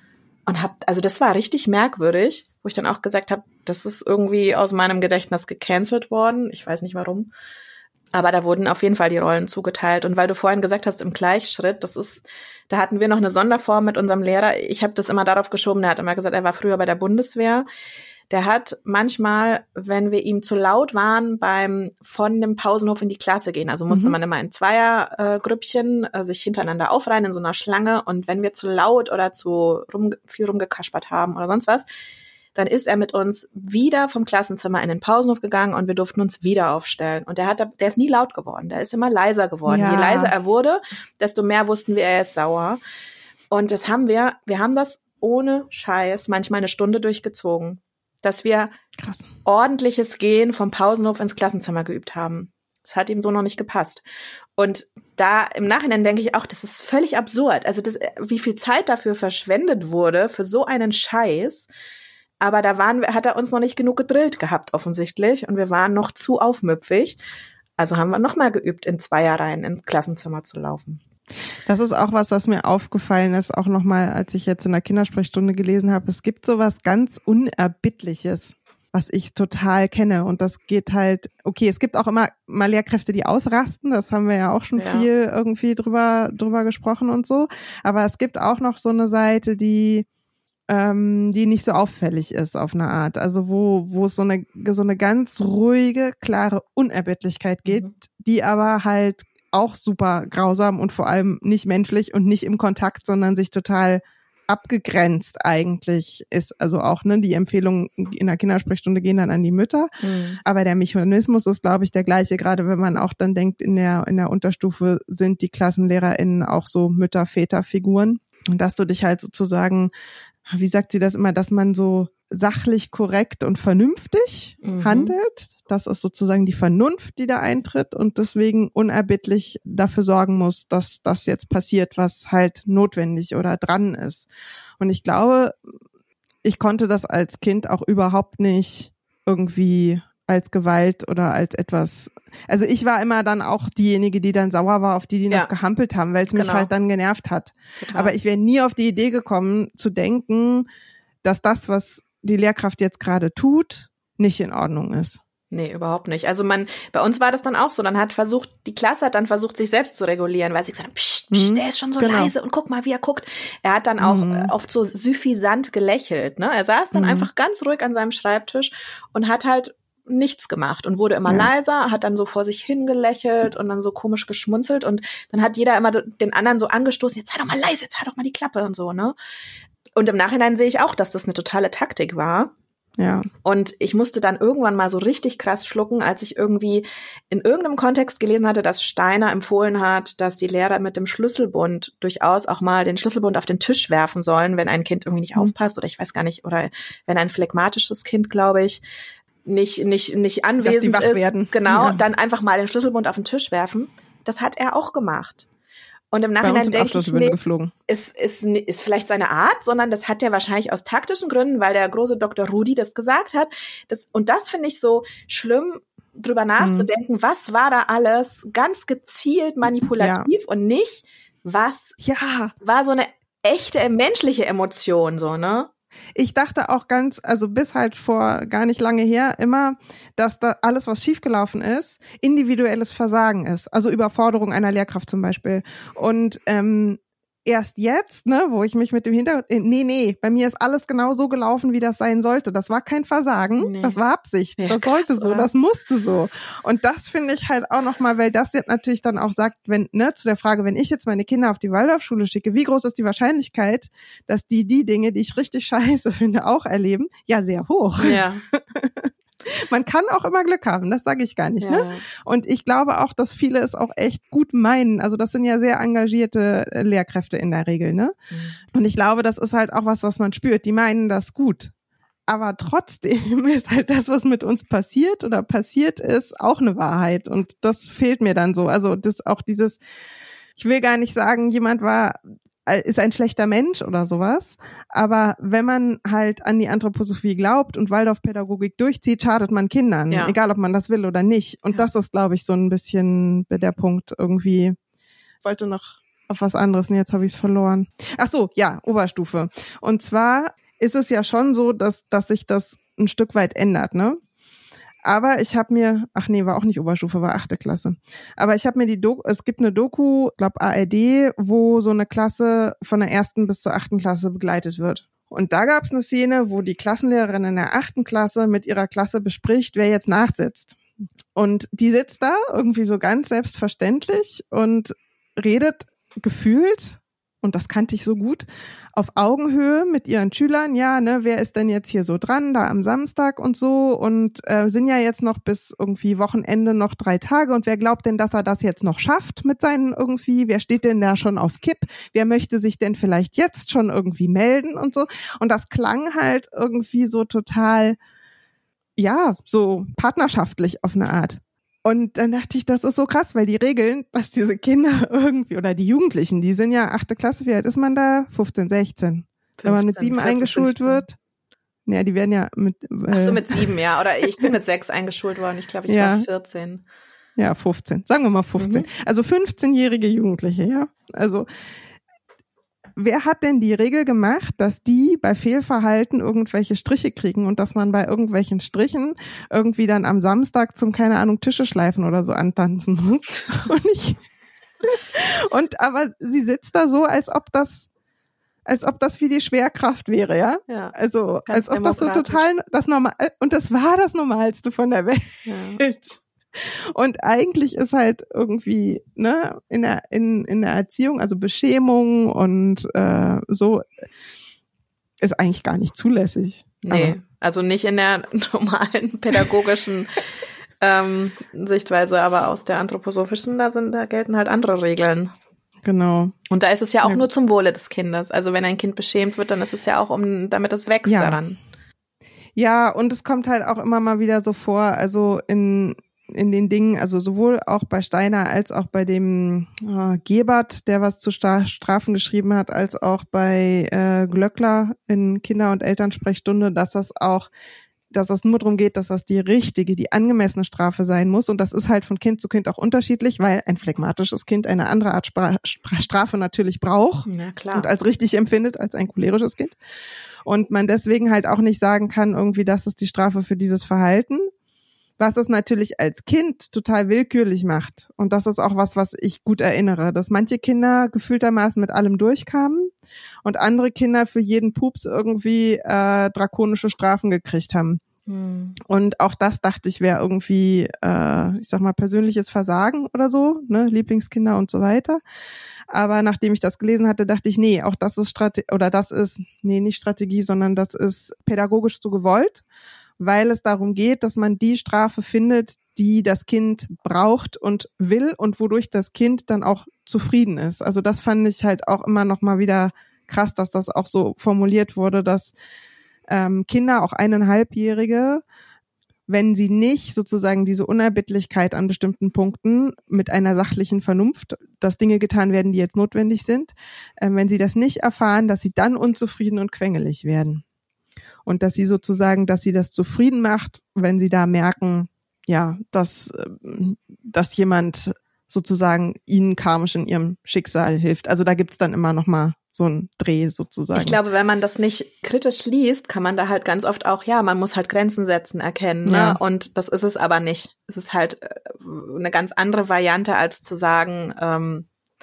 Und hab, also das war richtig merkwürdig, wo ich dann auch gesagt habe, das ist irgendwie aus meinem Gedächtnis gecancelt worden. Ich weiß nicht warum. Aber da wurden auf jeden Fall die Rollen zugeteilt. Und weil du vorhin gesagt hast, im Gleichschritt, das ist, da hatten wir noch eine Sonderform mit unserem Lehrer. Ich habe das immer darauf geschoben, der hat immer gesagt, er war früher bei der Bundeswehr. Der hat manchmal, wenn wir ihm zu laut waren, beim von dem Pausenhof in die Klasse gehen, also musste mhm. man immer in Zweiergrüppchen äh, sich hintereinander aufreihen in so einer Schlange. Und wenn wir zu laut oder zu rum, viel rumgekaspert haben oder sonst was, dann ist er mit uns wieder vom Klassenzimmer in den Pausenhof gegangen und wir durften uns wieder aufstellen. Und der hat, der ist nie laut geworden, der ist immer leiser geworden. Ja. Je leiser er wurde, desto mehr wussten wir, er ist sauer. Und das haben wir, wir haben das ohne Scheiß manchmal eine Stunde durchgezogen, dass wir Krass. ordentliches Gehen vom Pausenhof ins Klassenzimmer geübt haben. Das hat ihm so noch nicht gepasst. Und da im Nachhinein denke ich auch, das ist völlig absurd. Also das, wie viel Zeit dafür verschwendet wurde für so einen Scheiß. Aber da waren wir, hat er uns noch nicht genug gedrillt gehabt, offensichtlich. Und wir waren noch zu aufmüpfig. Also haben wir nochmal geübt, in Zweierreihen ins Klassenzimmer zu laufen. Das ist auch was, was mir aufgefallen ist, auch nochmal, als ich jetzt in der Kindersprechstunde gelesen habe. Es gibt sowas ganz Unerbittliches, was ich total kenne. Und das geht halt, okay, es gibt auch immer mal Lehrkräfte, die ausrasten. Das haben wir ja auch schon ja. viel irgendwie drüber, drüber gesprochen und so. Aber es gibt auch noch so eine Seite, die ähm, die nicht so auffällig ist auf eine Art. Also wo wo es so eine so eine ganz ruhige, klare Unerbittlichkeit geht, mhm. die aber halt auch super grausam und vor allem nicht menschlich und nicht im Kontakt, sondern sich total abgegrenzt eigentlich ist. Also auch, ne, die Empfehlungen in der Kindersprechstunde gehen dann an die Mütter. Mhm. Aber der Mechanismus ist, glaube ich, der gleiche, gerade wenn man auch dann denkt, in der, in der Unterstufe sind die KlassenlehrerInnen auch so Mütter-Väter-Figuren. Und dass du dich halt sozusagen, wie sagt sie das immer, dass man so sachlich korrekt und vernünftig mhm. handelt. Das ist sozusagen die Vernunft, die da eintritt und deswegen unerbittlich dafür sorgen muss, dass das jetzt passiert, was halt notwendig oder dran ist. Und ich glaube, ich konnte das als Kind auch überhaupt nicht irgendwie als Gewalt oder als etwas, also ich war immer dann auch diejenige, die dann sauer war auf die, die ja. noch gehampelt haben, weil es mich genau. halt dann genervt hat. Total. Aber ich wäre nie auf die Idee gekommen, zu denken, dass das, was die Lehrkraft jetzt gerade tut, nicht in Ordnung ist. Nee, überhaupt nicht. Also man, bei uns war das dann auch so. Dann hat versucht, die Klasse hat dann versucht, sich selbst zu regulieren, weil sie gesagt hat, pst, pst, mhm. der ist schon so genau. leise und guck mal, wie er guckt. Er hat dann auch mhm. oft so süffisant gelächelt, ne? Er saß dann mhm. einfach ganz ruhig an seinem Schreibtisch und hat halt nichts gemacht und wurde immer ja. leiser, hat dann so vor sich hingelächelt und dann so komisch geschmunzelt und dann hat jeder immer den anderen so angestoßen, jetzt sei doch mal leise, jetzt halt doch mal die Klappe und so, ne? Und im Nachhinein sehe ich auch, dass das eine totale Taktik war. Ja. Und ich musste dann irgendwann mal so richtig krass schlucken, als ich irgendwie in irgendeinem Kontext gelesen hatte, dass Steiner empfohlen hat, dass die Lehrer mit dem Schlüsselbund durchaus auch mal den Schlüsselbund auf den Tisch werfen sollen, wenn ein Kind irgendwie nicht mhm. aufpasst oder ich weiß gar nicht, oder wenn ein phlegmatisches Kind, glaube ich, nicht nicht nicht anwesend dass die wach ist, werden. genau, ja. dann einfach mal den Schlüsselbund auf den Tisch werfen. Das hat er auch gemacht. Und im Nachhinein denke ich, nee, geflogen. Ist, ist, ist vielleicht seine Art, sondern das hat er wahrscheinlich aus taktischen Gründen, weil der große Doktor Rudi das gesagt hat. Das, und das finde ich so schlimm, drüber nachzudenken, mhm. was war da alles ganz gezielt manipulativ ja. und nicht, was ja. war so eine echte menschliche Emotion, so, ne? Ich dachte auch ganz, also bis halt vor gar nicht lange her, immer, dass da alles, was schiefgelaufen ist, individuelles Versagen ist. Also Überforderung einer Lehrkraft zum Beispiel. Und ähm, erst jetzt, ne, wo ich mich mit dem Hintergrund, nee, nee, bei mir ist alles genau so gelaufen, wie das sein sollte. Das war kein Versagen, nee. das war Absicht. Ja, das krass, sollte so, oder? Das musste so. Und das finde ich halt auch nochmal, weil das jetzt natürlich dann auch sagt, wenn, ne, zu der Frage, wenn ich jetzt meine Kinder auf die Waldorfschule schicke, wie groß ist die Wahrscheinlichkeit, dass die die Dinge, die ich richtig scheiße finde, auch erleben? Ja, sehr hoch. Ja. Man kann auch immer Glück haben, das sage ich gar nicht. Ja. Ne? Und ich glaube auch, dass viele es auch echt gut meinen. Also das sind ja sehr engagierte Lehrkräfte in der Regel. Ne? Mhm. Und ich glaube, das ist halt auch was, was man spürt. Die meinen das gut. Aber trotzdem ist halt das, was mit uns passiert oder passiert ist, auch eine Wahrheit. Und das fehlt mir dann so. Also das auch dieses, ich will gar nicht sagen, jemand war... ist ein schlechter Mensch oder sowas. Aber wenn man halt an die Anthroposophie glaubt und Waldorfpädagogik durchzieht, schadet man Kindern, ja. egal ob man das will oder nicht. Und ja. das ist, glaube ich, so ein bisschen der Punkt irgendwie. Ich wollte noch auf was anderes, und jetzt habe ich es verloren. Ach so, ja, Oberstufe. Und zwar ist es ja schon so, dass, dass sich das ein Stück weit ändert, ne? Aber ich habe mir, ach nee, war auch nicht Oberstufe, war achte Klasse. Aber ich habe mir die Doku, es gibt eine Doku, glaube A R D, wo so eine Klasse von der ersten bis zur achten Klasse begleitet wird. Und da gab es eine Szene, wo die Klassenlehrerin in der achten Klasse mit ihrer Klasse bespricht, wer jetzt nachsitzt. Und die sitzt da irgendwie so ganz selbstverständlich und redet gefühlt, und das kannte ich so gut, auf Augenhöhe mit ihren Schülern, ja, ne, wer ist denn jetzt hier so dran, da am Samstag und so, und äh, sind ja jetzt noch bis irgendwie Wochenende noch drei Tage, und wer glaubt denn, dass er das jetzt noch schafft mit seinen irgendwie, wer steht denn da schon auf Kipp, wer möchte sich denn vielleicht jetzt schon irgendwie melden und so, und das klang halt irgendwie so total, ja, so partnerschaftlich auf eine Art. Und dann dachte ich, das ist so krass, weil die Regeln, was diese Kinder irgendwie, oder die Jugendlichen, die sind ja achte Klasse, wie alt ist man da? fünfzehn, sechzehn. fünfzehn, Wenn man mit sieben vierzehn, eingeschult fünfzehn wird. Ja, die werden ja mit... Äh, Ach so, mit sieben, ja. Oder ich bin mit sechs eingeschult worden. Ich glaube, ich ja. war vierzehn. Ja, fünfzehn. Sagen wir mal fünfzehn. Mhm. Also fünfzehnjährige Jugendliche, ja. Also wer hat denn die Regel gemacht, dass die bei Fehlverhalten irgendwelche Striche kriegen und dass man bei irgendwelchen Strichen irgendwie dann am Samstag zum, keine Ahnung, Tische schleifen oder so antanzen muss? Und ich, und aber sie sitzt da so, als ob das, als ob das wie die Schwerkraft wäre, ja? Ja. Also, als ob das so total das normal, und das war das Normalste von der Welt. Ja. Und eigentlich ist halt irgendwie, ne, in der, in, in der Erziehung, also Beschämung und äh, so, ist eigentlich gar nicht zulässig. Nee, aber. Also nicht in der normalen pädagogischen ähm, Sichtweise, aber aus der anthroposophischen, da sind, da gelten halt andere Regeln. Genau. Und da ist es ja auch ja. nur zum Wohle des Kindes. Also wenn ein Kind beschämt wird, dann ist es ja auch, um, damit es wächst ja. daran. Ja, und es kommt halt auch immer mal wieder so vor, also in in den Dingen, also sowohl auch bei Steiner als auch bei dem äh, Gebert, der was zu Stra- Strafen geschrieben hat, als auch bei äh, Glöckler in Kinder- und Elternsprechstunde, dass das auch, dass es nur darum geht, dass das die richtige, die angemessene Strafe sein muss. Und das ist halt von Kind zu Kind auch unterschiedlich, weil ein phlegmatisches Kind eine andere Art Spra- Strafe natürlich braucht ja, klar. und als richtig empfindet als ein cholerisches Kind. Und man deswegen halt auch nicht sagen kann, irgendwie, das ist die Strafe für dieses Verhalten, was es natürlich als Kind total willkürlich macht. Und das ist auch was, was ich gut erinnere, dass manche Kinder gefühltermaßen mit allem durchkamen und andere Kinder für jeden Pups irgendwie äh, drakonische Strafen gekriegt haben. Hm. Und auch das dachte ich wäre irgendwie, äh, ich sag mal, persönliches Versagen oder so, ne, Lieblingskinder und so weiter. Aber nachdem ich das gelesen hatte, dachte ich, nee, auch das ist Strategie, oder das ist, nee, nicht Strategie, sondern das ist pädagogisch so gewollt, weil es darum geht, dass man die Strafe findet, die das Kind braucht und will und wodurch das Kind dann auch zufrieden ist. Also das fand ich halt auch immer noch mal wieder krass, dass das auch so formuliert wurde, dass ähm, Kinder, auch eineinhalbjährige, wenn sie nicht sozusagen diese Unerbittlichkeit an bestimmten Punkten mit einer sachlichen Vernunft, dass Dinge getan werden, die jetzt notwendig sind, äh, wenn sie das nicht erfahren, dass sie dann unzufrieden und quengelig werden. Und dass sie sozusagen, dass sie das zufrieden macht, wenn sie da merken, ja, dass, dass jemand sozusagen ihnen karmisch in ihrem Schicksal hilft. Also da gibt's dann immer noch mal so ein Dreh sozusagen. Ich glaube, wenn man das nicht kritisch liest, kann man da halt ganz oft auch, ja, man muss halt Grenzen setzen erkennen. Ne? Ja. Und das ist es aber nicht. Es ist halt eine ganz andere Variante, als zu sagen, ähm,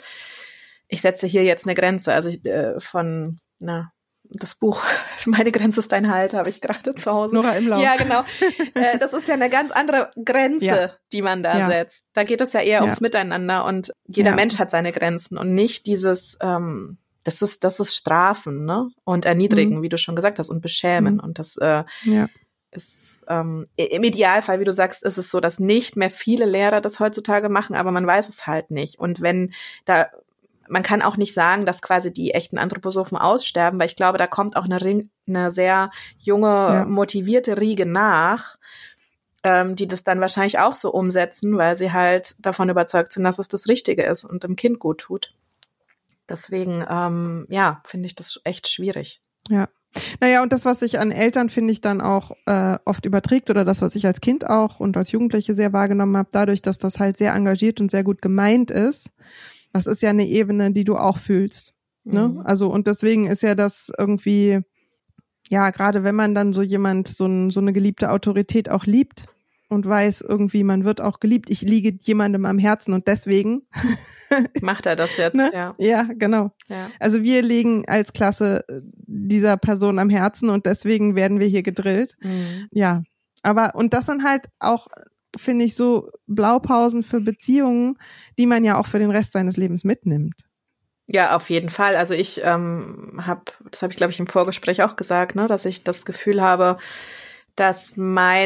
ich setze hier jetzt eine Grenze. Also ich, äh, von, na, das Buch, meine Grenze ist dein Halt, habe ich gerade zu Hause. Nora Imlau. Ja, genau. äh, das ist ja eine ganz andere Grenze, ja. die man da ja. setzt. Da geht es ja eher ja. ums Miteinander und jeder ja. Mensch hat seine Grenzen und nicht dieses, ähm, das ist, das ist Strafen, ne? Und erniedrigen, mhm. wie du schon gesagt hast, und beschämen. Mhm. Und das äh, ja. ist ähm, im Idealfall, wie du sagst, ist es so, dass nicht mehr viele Lehrer das heutzutage machen, aber man weiß es halt nicht. Und wenn da man kann auch nicht sagen, dass quasi die echten Anthroposophen aussterben, weil ich glaube, da kommt auch eine, Ring, eine sehr junge, ja. motivierte Riege nach, ähm, die das dann wahrscheinlich auch so umsetzen, weil sie halt davon überzeugt sind, dass es das Richtige ist und dem Kind gut tut. Deswegen, ähm, ja, finde ich das echt schwierig. Ja. Naja, und das, was sich an Eltern, finde ich, dann auch äh, oft überträgt oder das, was ich als Kind auch und als Jugendliche sehr wahrgenommen habe, dadurch, dass das halt sehr engagiert und sehr gut gemeint ist, das ist ja eine Ebene, die du auch fühlst. Ne? Mhm. Also, und deswegen ist ja das irgendwie, ja, gerade wenn man dann so jemand, so, ein, so eine geliebte Autorität auch liebt und weiß irgendwie, man wird auch geliebt. Ich liege jemandem am Herzen und deswegen macht er das jetzt, ne? ja. Ja, genau. Ja. Also wir liegen als Klasse dieser Person am Herzen und deswegen werden wir hier gedrillt. Mhm. Ja, aber und das sind halt auch, finde ich, so Blaupausen für Beziehungen, die man ja auch für den Rest seines Lebens mitnimmt. Ja, auf jeden Fall. Also ich ähm, habe, das habe ich glaube ich im Vorgespräch auch gesagt, ne, dass ich das Gefühl habe, dass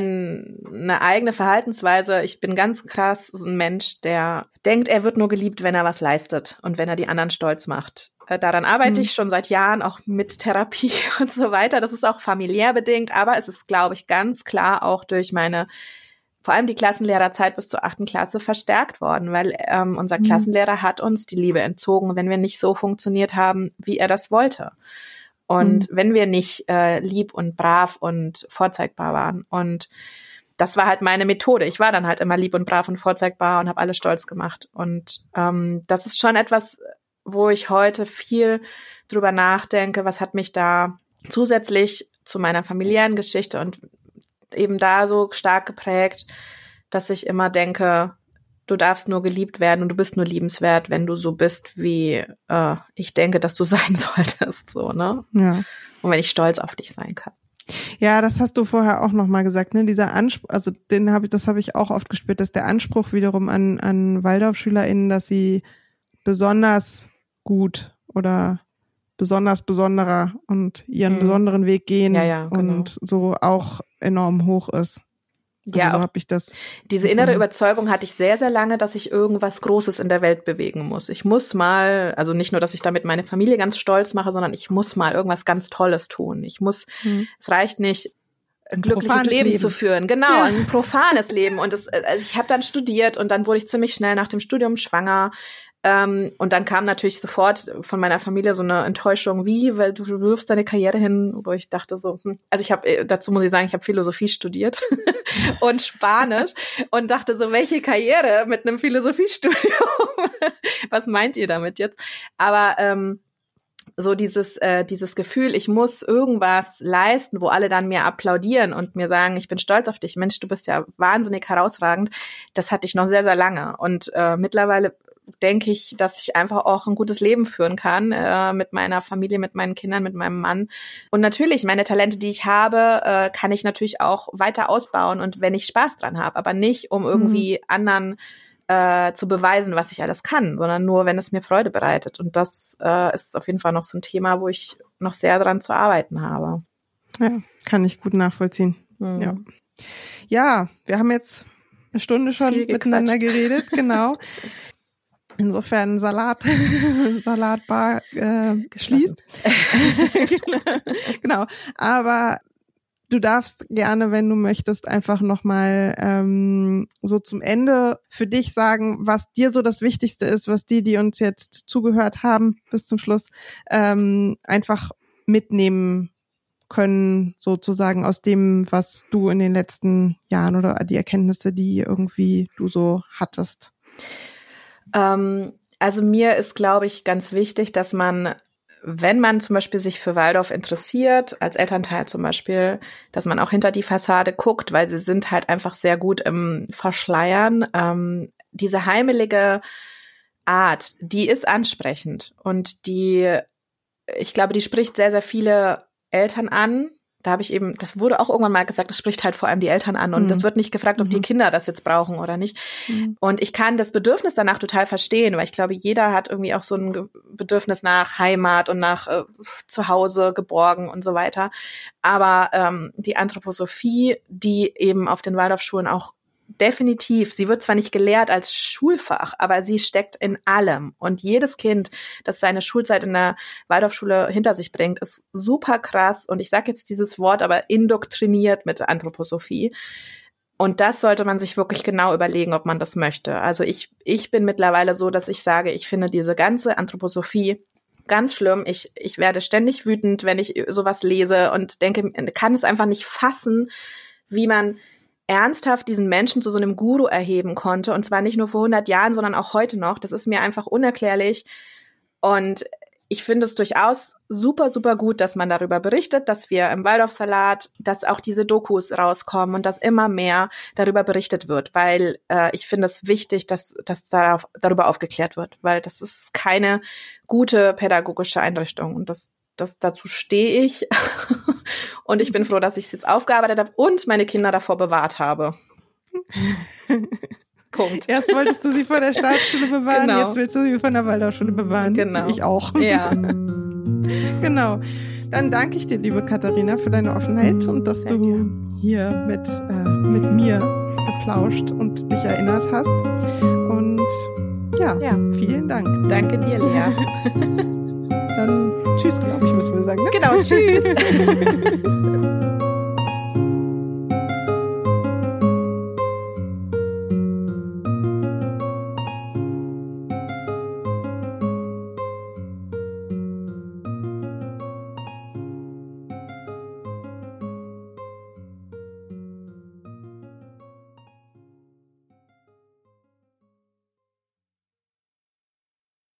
meine eigene Verhaltensweise, ich bin ganz krass so ein Mensch, der denkt, er wird nur geliebt, wenn er was leistet und wenn er die anderen stolz macht. Äh, daran arbeite mhm. ich schon seit Jahren, auch mit Therapie und so weiter. Das ist auch familiär bedingt, aber es ist, glaube ich, ganz klar auch durch meine vor allem die Klassenlehrerzeit bis zur achten Klasse verstärkt worden, weil ähm, unser mhm. Klassenlehrer hat uns die Liebe entzogen, wenn wir nicht so funktioniert haben, wie er das wollte. Und mhm. wenn wir nicht äh, lieb und brav und vorzeigbar waren. Und das war halt meine Methode. Ich war dann halt immer lieb und brav und vorzeigbar und habe alle stolz gemacht. Und ähm, das ist schon etwas, wo ich heute viel drüber nachdenke, was hat mich da zusätzlich zu meiner familiären Geschichte und eben da so stark geprägt, dass ich immer denke, du darfst nur geliebt werden und du bist nur liebenswert, wenn du so bist, wie äh, ich denke, dass du sein solltest, so, ne? Ja. Und wenn ich stolz auf dich sein kann. Ja, das hast du vorher auch nochmal gesagt, ne? Dieser Anspruch, also den habe ich, das habe ich auch oft gespürt, dass der Anspruch wiederum an an WaldorfschülerInnen, dass sie besonders gut oder besonders besonderer und ihren mhm. besonderen Weg gehen ja, ja, genau. und so auch enorm hoch ist. Also ja, so habe ich das. Diese innere Überzeugung hatte ich sehr, sehr lange, dass ich irgendwas Großes in der Welt bewegen muss. Ich muss mal, also nicht nur, dass ich damit meine Familie ganz stolz mache, sondern ich muss mal irgendwas ganz Tolles tun. Ich muss, mhm. es reicht nicht, ein glückliches Leben, Leben zu führen. Genau, ja. ein profanes Leben. Und das, also ich habe dann studiert und dann wurde ich ziemlich schnell nach dem Studium schwanger. Ähm, und dann kam natürlich sofort von meiner Familie so eine Enttäuschung, wie, weil du wirfst deine Karriere hin, wo ich dachte so, hm. also ich habe, dazu muss ich sagen, ich habe Philosophie studiert und Spanisch und dachte so, welche Karriere mit einem Philosophiestudium? Was meint ihr damit jetzt? Aber ähm, so dieses äh, dieses Gefühl, ich muss irgendwas leisten, wo alle dann mir applaudieren und mir sagen, ich bin stolz auf dich, Mensch, du bist ja wahnsinnig herausragend, das hatte ich noch sehr, sehr lange. Und äh, mittlerweile denke ich, dass ich einfach auch ein gutes Leben führen kann äh, mit meiner Familie, mit meinen Kindern, mit meinem Mann. Und natürlich, meine Talente, die ich habe, äh, kann ich natürlich auch weiter ausbauen und wenn ich Spaß dran habe, aber nicht, um irgendwie mhm. anderen äh, zu beweisen, was ich alles kann, sondern nur, wenn es mir Freude bereitet. Und das äh, ist auf jeden Fall noch so ein Thema, wo ich noch sehr dran zu arbeiten habe. Ja, kann ich gut nachvollziehen. Mhm. Ja. Ja, wir haben jetzt eine Stunde schon miteinander geredet, genau. Insofern Salat, Salatbar äh, geschließt. Genau. Aber Du darfst gerne, wenn du möchtest, einfach nochmal ähm, so zum Ende für dich sagen, was dir so das Wichtigste ist, was die, die uns jetzt zugehört haben bis zum Schluss, ähm, einfach mitnehmen können, sozusagen aus dem, was du in den letzten Jahren oder die Erkenntnisse, die irgendwie du so hattest. Ähm, also mir ist, glaube ich, ganz wichtig, dass man, wenn man zum Beispiel sich für Waldorf interessiert, als Elternteil zum Beispiel, dass man auch hinter die Fassade guckt, weil sie sind halt einfach sehr gut im Verschleiern. Ähm, diese heimelige Art, die ist ansprechend und die, ich glaube, die spricht sehr, sehr viele Eltern an. Da habe ich eben, das wurde auch irgendwann mal gesagt, das spricht halt vor allem die Eltern an und mhm. das wird nicht gefragt, ob mhm. die Kinder das jetzt brauchen oder nicht. Mhm. Und ich kann das Bedürfnis danach total verstehen, weil ich glaube, jeder hat irgendwie auch so ein Bedürfnis nach Heimat und nach äh, Zuhause geborgen und so weiter. Aber ähm, die Anthroposophie, die eben auf den Waldorfschulen auch definitiv, sie wird zwar nicht gelehrt als Schulfach, aber sie steckt in allem. Und jedes Kind, das seine Schulzeit in der Waldorfschule hinter sich bringt, ist super krass. Und ich sage jetzt dieses Wort, aber indoktriniert mit Anthroposophie. Und das sollte man sich wirklich genau überlegen, ob man das möchte. Also ich, ich bin mittlerweile so, dass ich sage, ich finde diese ganze Anthroposophie ganz schlimm. Ich, ich werde ständig wütend, wenn ich sowas lese und denke, kann es einfach nicht fassen, wie man ernsthaft diesen Menschen zu so einem Guru erheben konnte. Und zwar nicht nur vor hundert Jahren, sondern auch heute noch. Das ist mir einfach unerklärlich. Und ich finde es durchaus super, super gut, dass man darüber berichtet, dass wir im Waldorfsalat, dass auch diese Dokus rauskommen und dass immer mehr darüber berichtet wird. Weil äh, ich finde es wichtig, dass, dass darauf, darüber aufgeklärt wird. Weil das ist keine gute pädagogische Einrichtung. Und das Das, dazu stehe ich und ich bin froh, dass ich es jetzt aufgearbeitet habe und meine Kinder davor bewahrt habe. Punkt. Erst wolltest du sie vor der Staatsschule bewahren, genau. Jetzt willst du sie von der Waldorfschule bewahren. Genau. Ich auch. Ja. Genau. Dann danke ich dir, liebe Katharina, für deine Offenheit und dass Sehr du gern. hier mit, äh, mit mir geplauscht und dich erinnert hast. Und ja, ja. vielen Dank. Danke dir, Lea. Dann tschüss, glaube ich, müssen wir sagen. Ne? Genau, tschüss.